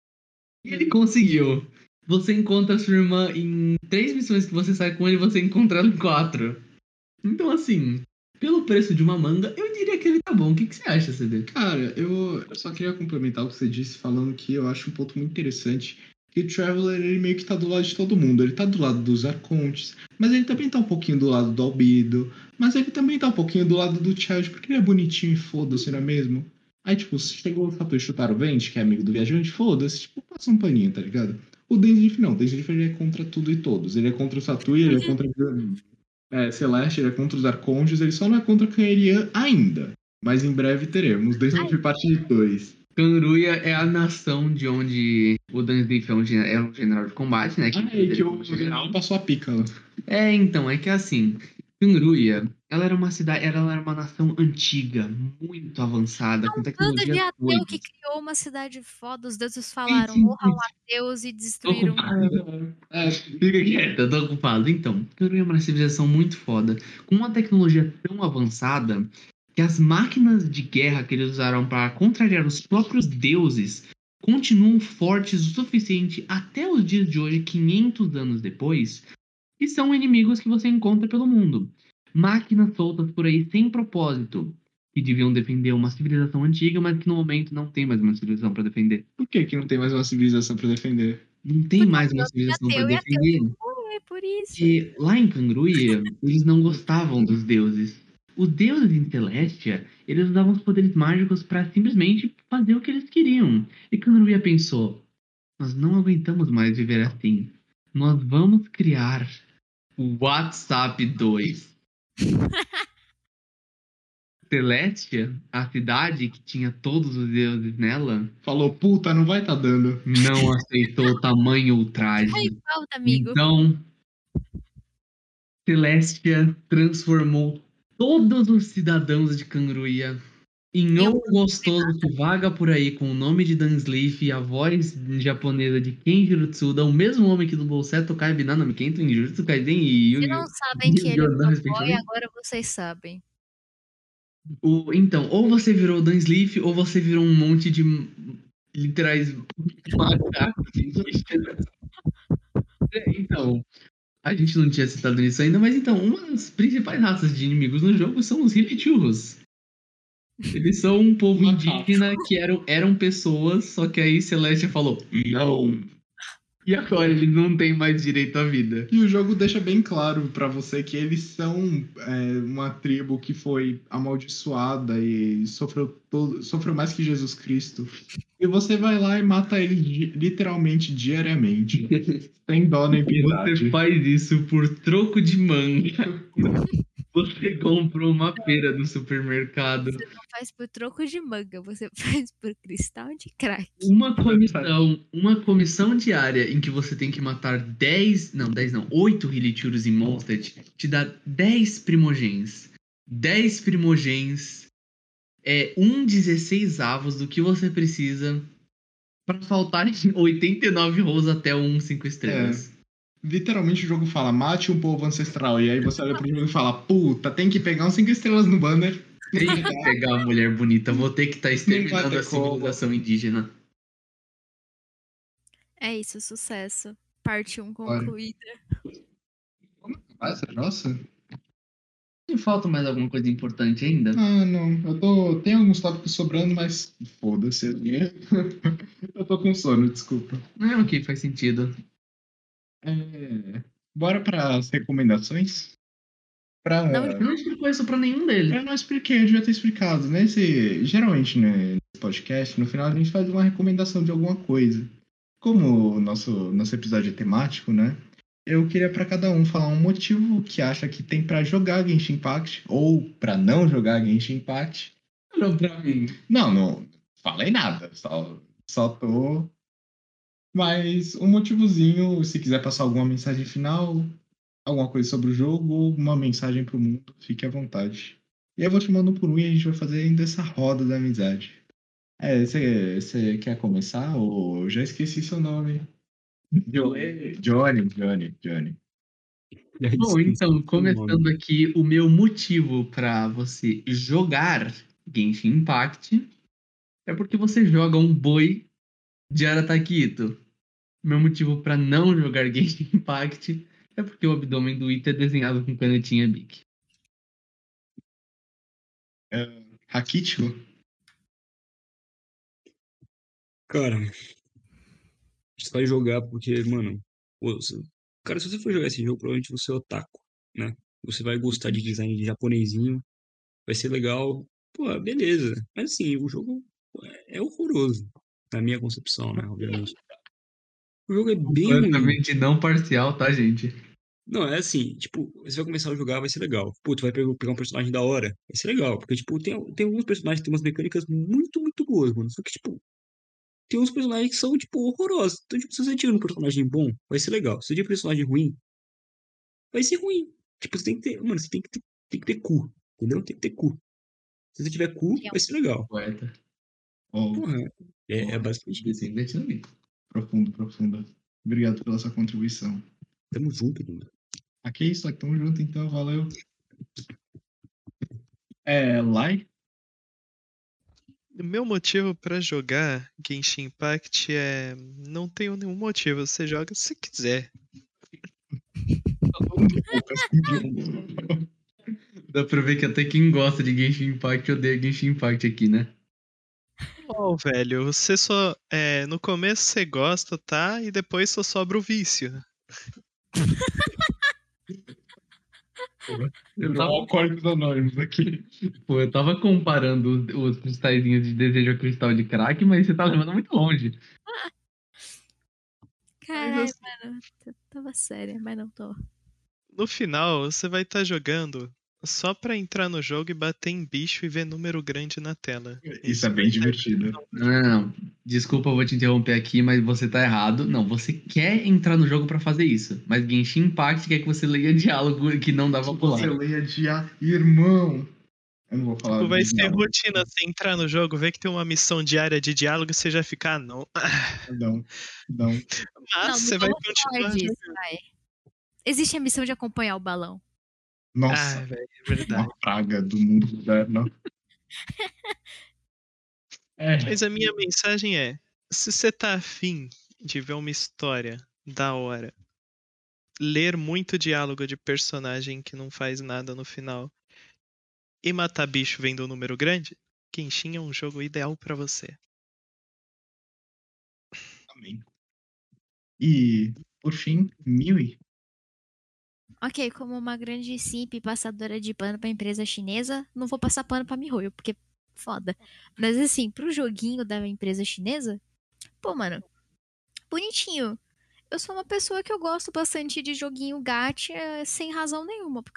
E ele conseguiu. Você encontra a sua irmã em 3 missões que você sai com ele, você encontra ela em 4. Então, assim, pelo preço de uma manga, eu diria que ele tá bom. O que você acha, CD? Cara, eu só queria complementar o que você disse, falando que eu acho um ponto muito interessante. Que o Traveler, ele meio que tá do lado de todo mundo. Ele tá do lado dos Arcontes, mas ele também tá um pouquinho do lado do Albedo, mas ele também tá um pouquinho do lado do Child, porque ele é bonitinho e foda-se, não é mesmo? Aí, tipo, chegou o Satoshi Shotaro Vente, que é amigo do viajante, foda-se, tipo, passa um paninho, tá ligado? O Denzif não, o Denzif ele é contra tudo e todos. Ele é contra o Satoshi, ele é contra Celeste, ele é contra os Arcontes, ele só não é contra Kairian ainda. Mas em breve teremos. Denzif parte de 2. Kanruya é a nação de onde o Dan Slave é um general de combate, né? Que o general passou a pica lá. Então, é que assim, Kanruya, ela era uma cidade, ela era uma nação antiga, muito avançada, com Banda de tecnologia ateu doida. que criou uma cidade foda. Os deuses falaram, sim, morram sim. ateus e Tô destruíram. ocupado. Fica quieto, eu tô ocupado. Então, Kanruya é uma civilização muito foda, com uma tecnologia tão avançada que as máquinas de guerra que eles usaram para contrariar os próprios deuses continuam fortes o suficiente até os dias de hoje, 500 anos depois, e são inimigos que você encontra pelo mundo. Máquinas soltas por aí sem propósito, que deviam defender uma civilização antiga, mas que no momento não tem mais uma civilização para defender. Por que não tem mais uma civilização pra defender? Não tem mais uma civilização para Ateu e ateu defender. tem que morrer, por isso. Porque lá em Kanruya, eles não gostavam dos deuses. Os deuses em Celestia, eles usavam os poderes mágicos para simplesmente fazer o que eles queriam. E Kanruya pensou, nós não aguentamos mais viver assim. Nós vamos criar o WhatsApp 2. Celestia, a cidade que tinha todos os deuses nela, Falou, puta, não vai tá dando. não aceitou tamanho ultraje. Ai, falta, amigo. Então, Celestia transformou todos os cidadãos de Kanruya em Eu- um gostoso que vaga por aí com o nome de Dan Slave e a voz japonesa de Kenjiro Tsuda, o mesmo homem que dublou Seto Kai Binanami Kento em Jujutsu Kaisen e Se não sabem que ele é Yu-Gi-Oh! fanboy, respectivamente. agora vocês sabem. Então, ou você virou Dan Slave ou você virou um monte de literais macacos. Então, a gente não tinha citado isso ainda, mas então, uma das principais raças de inimigos no jogo são os Hilichurros. Eles são um povo indígena que eram pessoas, só que aí Celestia falou, não. E agora eles não têm mais direito à vida. E o jogo deixa bem claro pra você que eles são uma tribo que foi amaldiçoada e sofreu mais que Jesus Cristo. E você vai lá e mata eles literalmente diariamente. Sem dó nem piedade. Você faz isso por troco de manga. Você comprou uma pera do supermercado. Você não faz por troco de manga, você faz por cristal de crack. Uma comissão diária em que você tem que matar 8 Hillichurus em Mondstadt te dá 10 primogens. 10 primogens é 1/16 do que você precisa pra faltar 89 rolls até um 5 estrelas. Literalmente o jogo fala, mate um povo ancestral. E aí você olha pro jogo e fala, puta, tem que pegar uns 5 estrelas no banner. Tem que pegar a mulher bonita, vou ter que estar exterminando ter a civilização indígena. É isso, sucesso. Parte 1 Bora. concluída. Nossa, nossa. E falta mais alguma coisa importante ainda? Ah, não. Tem alguns tópicos sobrando, mas foda-se. Eu tô com sono, desculpa. Não, ok, faz sentido. Bora para as recomendações? Não, Eu não explicou isso pra nenhum deles. Eu não expliquei, eu devia ter explicado. Geralmente, né, nesse podcast, no final a gente faz uma recomendação de alguma coisa. Como o nosso episódio é temático, né? Eu queria para cada um falar um motivo que acha que tem para jogar Genshin Impact ou para não jogar Genshin Impact. Não, pra mim. Não falei nada, só tô. Mas um motivozinho, se quiser passar alguma mensagem final, alguma coisa sobre o jogo ou uma mensagem pro mundo, fique à vontade. E eu vou chamando um por um e a gente vai fazer ainda essa roda da amizade. Você quer começar? Ou já esqueci seu nome? Johnny. Bom, então, começando aqui, o meu motivo pra você jogar Genshin Impact é porque você joga um boi de Aratakito. Meu motivo pra não jogar Genshin Impact é porque o abdômen do Ita é desenhado com canetinha Bic. Rakicho? Cara, você vai jogar porque, mano, pô, cara, se você for jogar esse jogo, provavelmente você é otaku, né? Você vai gostar de design de japonesinho, vai ser legal, pô, beleza. Mas assim, o jogo pô, é horroroso, na minha concepção, né? Obviamente. O jogo é bem ruim. Completamente não parcial, tá, gente? Não, é assim, tipo, você vai começar a jogar, vai ser legal. Pô, tu vai pegar um personagem da hora, vai ser legal. Porque, tipo, tem alguns personagens que tem umas mecânicas muito, muito boas, mano. Só que, tipo, tem uns personagens que são, tipo, horrorosos. Então, tipo, se você tira um personagem bom, vai ser legal. Se você tira um personagem ruim, vai ser ruim. Tipo, você tem que ter, mano, você tem que ter cu, entendeu? Tem que ter cu. Se você tiver cu, vai ser legal. Poeta. Oh, Porra, é basicamente isso. Descendente do mito. profundo. Obrigado pela sua contribuição. Tamo junto, mano. Aqui é isso, tamo junto então, valeu. Lai? O meu motivo pra jogar Genshin Impact é. Não tenho nenhum motivo, você joga se quiser. Dá pra ver que até quem gosta de Genshin Impact odeia Genshin Impact aqui, né? Ó, velho, você só. No começo você gosta, tá? E depois só sobra o vício. Eu tava, Alcoólicos Anônimos aqui. eu tava comparando os cristalzinhos de desejo a cristal de crack, mas você tá levando muito longe. Caralho, mano. Tava séria, mas não tô. No final, você vai estar jogando só pra entrar no jogo e bater em bicho e ver número grande na tela. Isso é bem divertido. Não. Desculpa, eu vou te interromper aqui, mas você tá errado. Não, você quer entrar no jogo pra fazer isso. Mas Genshin Impact quer que você leia diálogo que não dá pra pular. Você leia de irmão. Eu não vou falar. Tipo, vai de ser diálogo. rotina você entrar no jogo, ver que tem uma missão diária de diálogo e você já ficar, não. Não. Mas você vai continuar disso, jogando. vai. Existe a missão de acompanhar o balão. Nossa, Ah, velho, é verdade. uma praga do mundo moderno. Mas a minha mensagem é: se você tá afim de ver uma história da hora, ler muito diálogo de personagem que não faz nada no final e matar bicho vendo um número grande, Genshin é um jogo ideal pra você. Amém. E, por fim, Miui. Ok, como uma grande simp passadora de pano pra empresa chinesa, não vou passar pano pra Mihoyo, porque foda. Mas assim, pro joguinho da empresa chinesa, pô, mano, bonitinho. Eu sou uma pessoa que eu gosto bastante de joguinho gacha sem razão nenhuma, porque eu não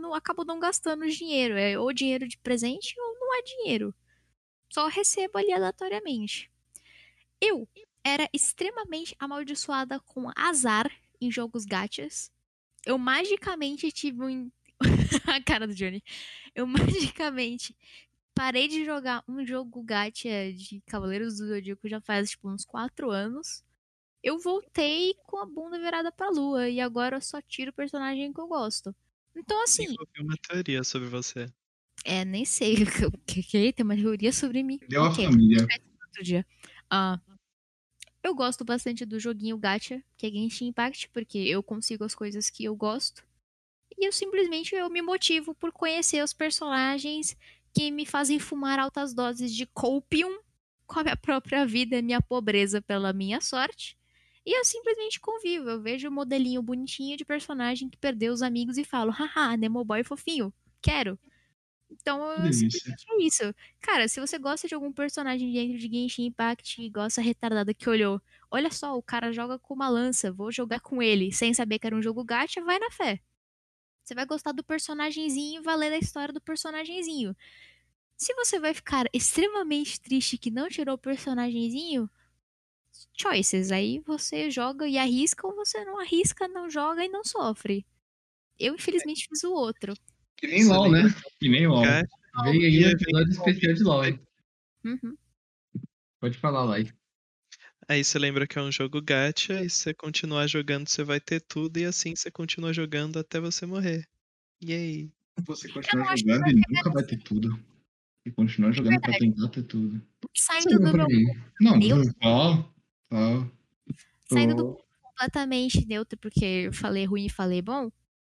não acabo não gastando dinheiro. É ou dinheiro de presente ou não é dinheiro. Só recebo ali aleatoriamente. Eu era extremamente amaldiçoada com azar em jogos gachas. Eu magicamente tive um. A cara do Johnny. Eu magicamente parei de jogar um jogo gacha de Cavaleiros do Zodíaco já faz tipo uns 4 anos. Eu voltei com a bunda virada pra lua e agora eu só tiro o personagem que eu gosto. Então, assim, Desenvolvi uma teoria sobre você. nem sei o que tem uma teoria sobre mim. Deu a Ok, família. outro dia. Ah, eu gosto bastante do joguinho gacha, que é Genshin Impact, porque eu consigo as coisas que eu gosto. E eu simplesmente eu me motivo por conhecer os personagens que me fazem fumar altas doses de copium com a minha própria vida e minha pobreza pela minha sorte. E eu simplesmente convivo. Eu vejo o modelinho bonitinho de personagem que perdeu os amigos e falo, haha, Nemo Boy fofinho, quero. Então, Que delícia. simplesmente é isso. Cara, se você gosta de algum personagem dentro de Genshin Impact, igual essa retardada que olhou, olha só, o cara joga com uma lança, vou jogar com ele, sem saber que era um jogo gacha, vai na fé. Você vai gostar do personagenzinho e vai ler a história do personagenzinho. Se você vai ficar extremamente triste que não tirou o personagenzinho, choices. Aí você joga e arrisca, ou você não arrisca, não joga e não sofre. Eu, infelizmente, fiz o outro. Que nem LOL, né? Que nem LOL. Gacha, Vem aí E um é episódio especial de LOL, hein? Uhum. Pode falar, Lai. Aí você lembra que é um jogo gacha, e se você continuar jogando, você vai ter tudo, e assim você continua jogando até você morrer. E aí? Você Eu continua não acho que jogando vai e ser nunca vai ter tudo. E continuar de jogando pra verdade. tentar ter tudo. Saindo Saiu do por meu aí. Não, neutro, ó. saindo do Tô. completamente neutro, porque eu falei ruim e falei bom.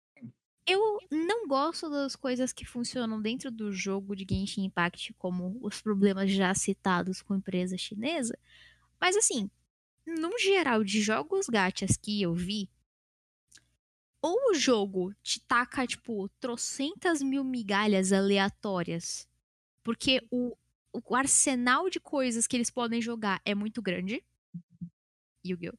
Eu não gosto das coisas que funcionam dentro do jogo de Genshin Impact, como os problemas já citados com a empresa chinesa. Mas assim, no geral, de jogos gachas que eu vi, ou o jogo te taca, tipo, trocentas mil migalhas aleatórias, porque o arsenal de coisas que eles podem jogar é muito grande. Yu-Gi-Oh!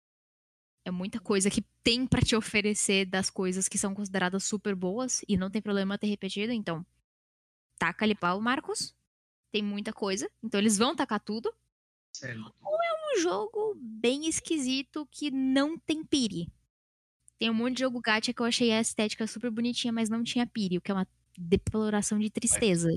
É muita coisa que tem pra te oferecer das coisas que são consideradas super boas e não tem problema ter repetido, então taca ali pau, Marcos. Tem muita coisa, então eles vão tacar tudo. Sério. Um jogo bem esquisito que não tem pire. Tem um monte de jogo gacha que eu achei a estética super bonitinha, mas não tinha pire, o que é uma deploração de tristeza.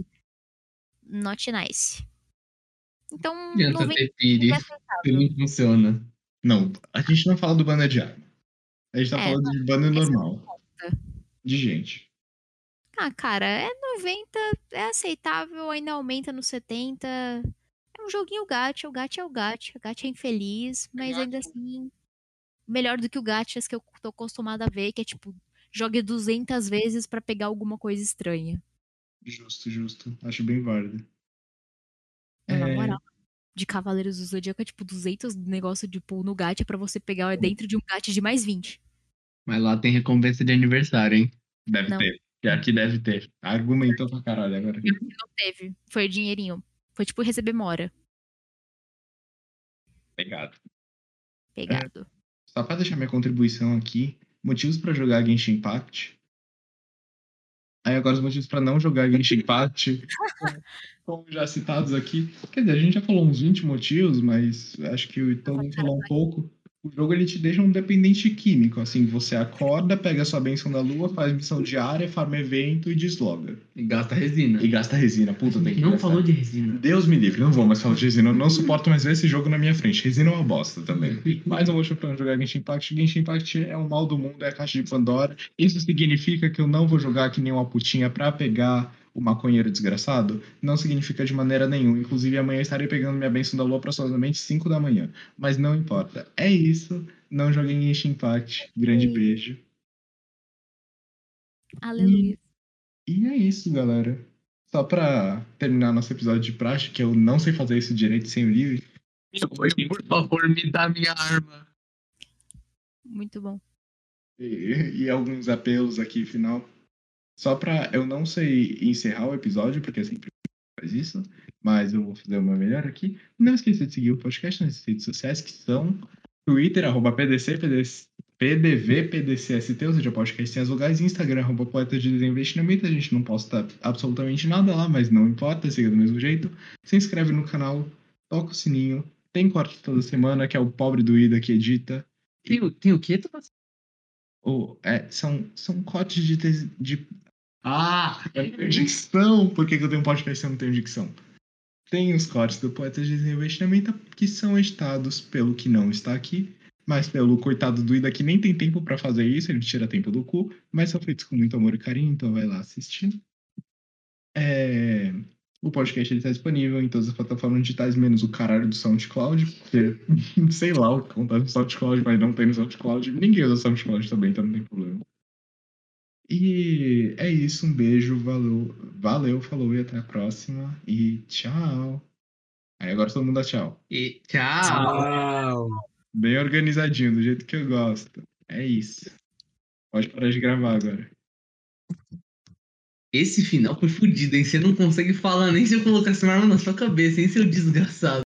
Not nice. Então, Não adianta 90 ter pire, é que aceitável. não funciona. Não, a gente não fala do banner de arma. A gente tá É, falando de banner essa normal. conta. De gente. Ah, cara, é 90, é aceitável, ainda aumenta no 70. É um joguinho gacha, o gacha é o gacha. O gacha é infeliz, mas ainda assim, melhor do que o gachas que eu tô acostumada a ver, que é tipo, jogue 200 vezes pra pegar alguma coisa estranha. Justo, justo. Acho bem válido. Não, na É, moral. De Cavaleiros do Zodíaco é tipo 200 negócio de pull no gacha pra você pegar dentro de um gacha de mais 20. Mas lá tem recompensa de aniversário, hein? deve Não, ter. E aqui deve ter. Argumentou pra caralho agora. não teve. Foi dinheirinho. Foi tipo receber mora. Pegado. Pegado. Só pra deixar minha contribuição aqui, motivos pra jogar Genshin Impact. Aí agora os motivos pra não jogar Genshin Impact, como já citados aqui. Quer dizer, a gente já falou uns 20 motivos, mas acho que todo mundo falou um pouco. O jogo ele te deixa um dependente químico, assim, você acorda, pega a sua bênção da lua, faz missão diária, farma evento e desloga. E gasta resina. E gasta resina, puta, tem que Não gastar. falou de resina. Deus me livre, não vou mais falar de resina. Eu não suporto mais ver esse jogo na minha frente. Resina é uma bosta também. Mas não vou chupando jogar Genshin Impact. Genshin Impact é o mal do mundo, é a caixa de Pandora. Isso significa que eu não vou jogar que nem uma putinha pra pegar o maconheiro desgraçado? Não significa de maneira nenhuma. Inclusive, amanhã estarei pegando minha bênção da lua aproximadamente 5 da manhã. Mas não importa. É isso. Não joguei em Genshin Impact. Grande Sim. beijo. Aleluia. E é isso, galera. Só pra terminar nosso episódio de praxe, que eu não sei fazer isso direito sem o livro. Por favor, me dá minha arma. Muito bom. E alguns apelos aqui final. Só pra. Eu não sei encerrar o episódio, porque eu sempre faz isso, mas eu vou fazer o meu melhor aqui. Não esqueça de seguir o podcast nas redes sociais, que são Twitter, @PDC, PDV, PDCST, ou seja, podcast sem as vogais, Instagram, Poeta de Desinvestimento. A gente não posta absolutamente nada lá, mas não importa, siga do mesmo jeito. Se inscreve no canal, toca o sininho. Tem corte toda semana, que é o pobre do Ida que edita. Tem o quê, Tomás? São cortes de. Eu não tenho dicção! Por que eu tenho um podcast se eu não tenho dicção? Tem os cortes do Poeta de Desinvestimento que são editados pelo que não está aqui, mas pelo coitado do Ida que nem tem tempo pra fazer isso, ele tira tempo do cu, mas são feitos com muito amor e carinho, então vai lá assistir. O podcast está disponível em todas as plataformas digitais, menos o caralho do SoundCloud, porque sei lá o que acontece no SoundCloud, mas não tem no SoundCloud. Ninguém usa SoundCloud também, então não tem problema. E é isso, um beijo, valeu, falou e até a próxima. E tchau. Aí agora todo mundo dá tchau. E tchau. Tchau. Bem organizadinho, do jeito que eu gosto. É isso. Pode parar de gravar agora. Esse final foi fudido, hein? Você não consegue falar nem se eu colocasse uma arma na sua cabeça, hein, seu desgraçado.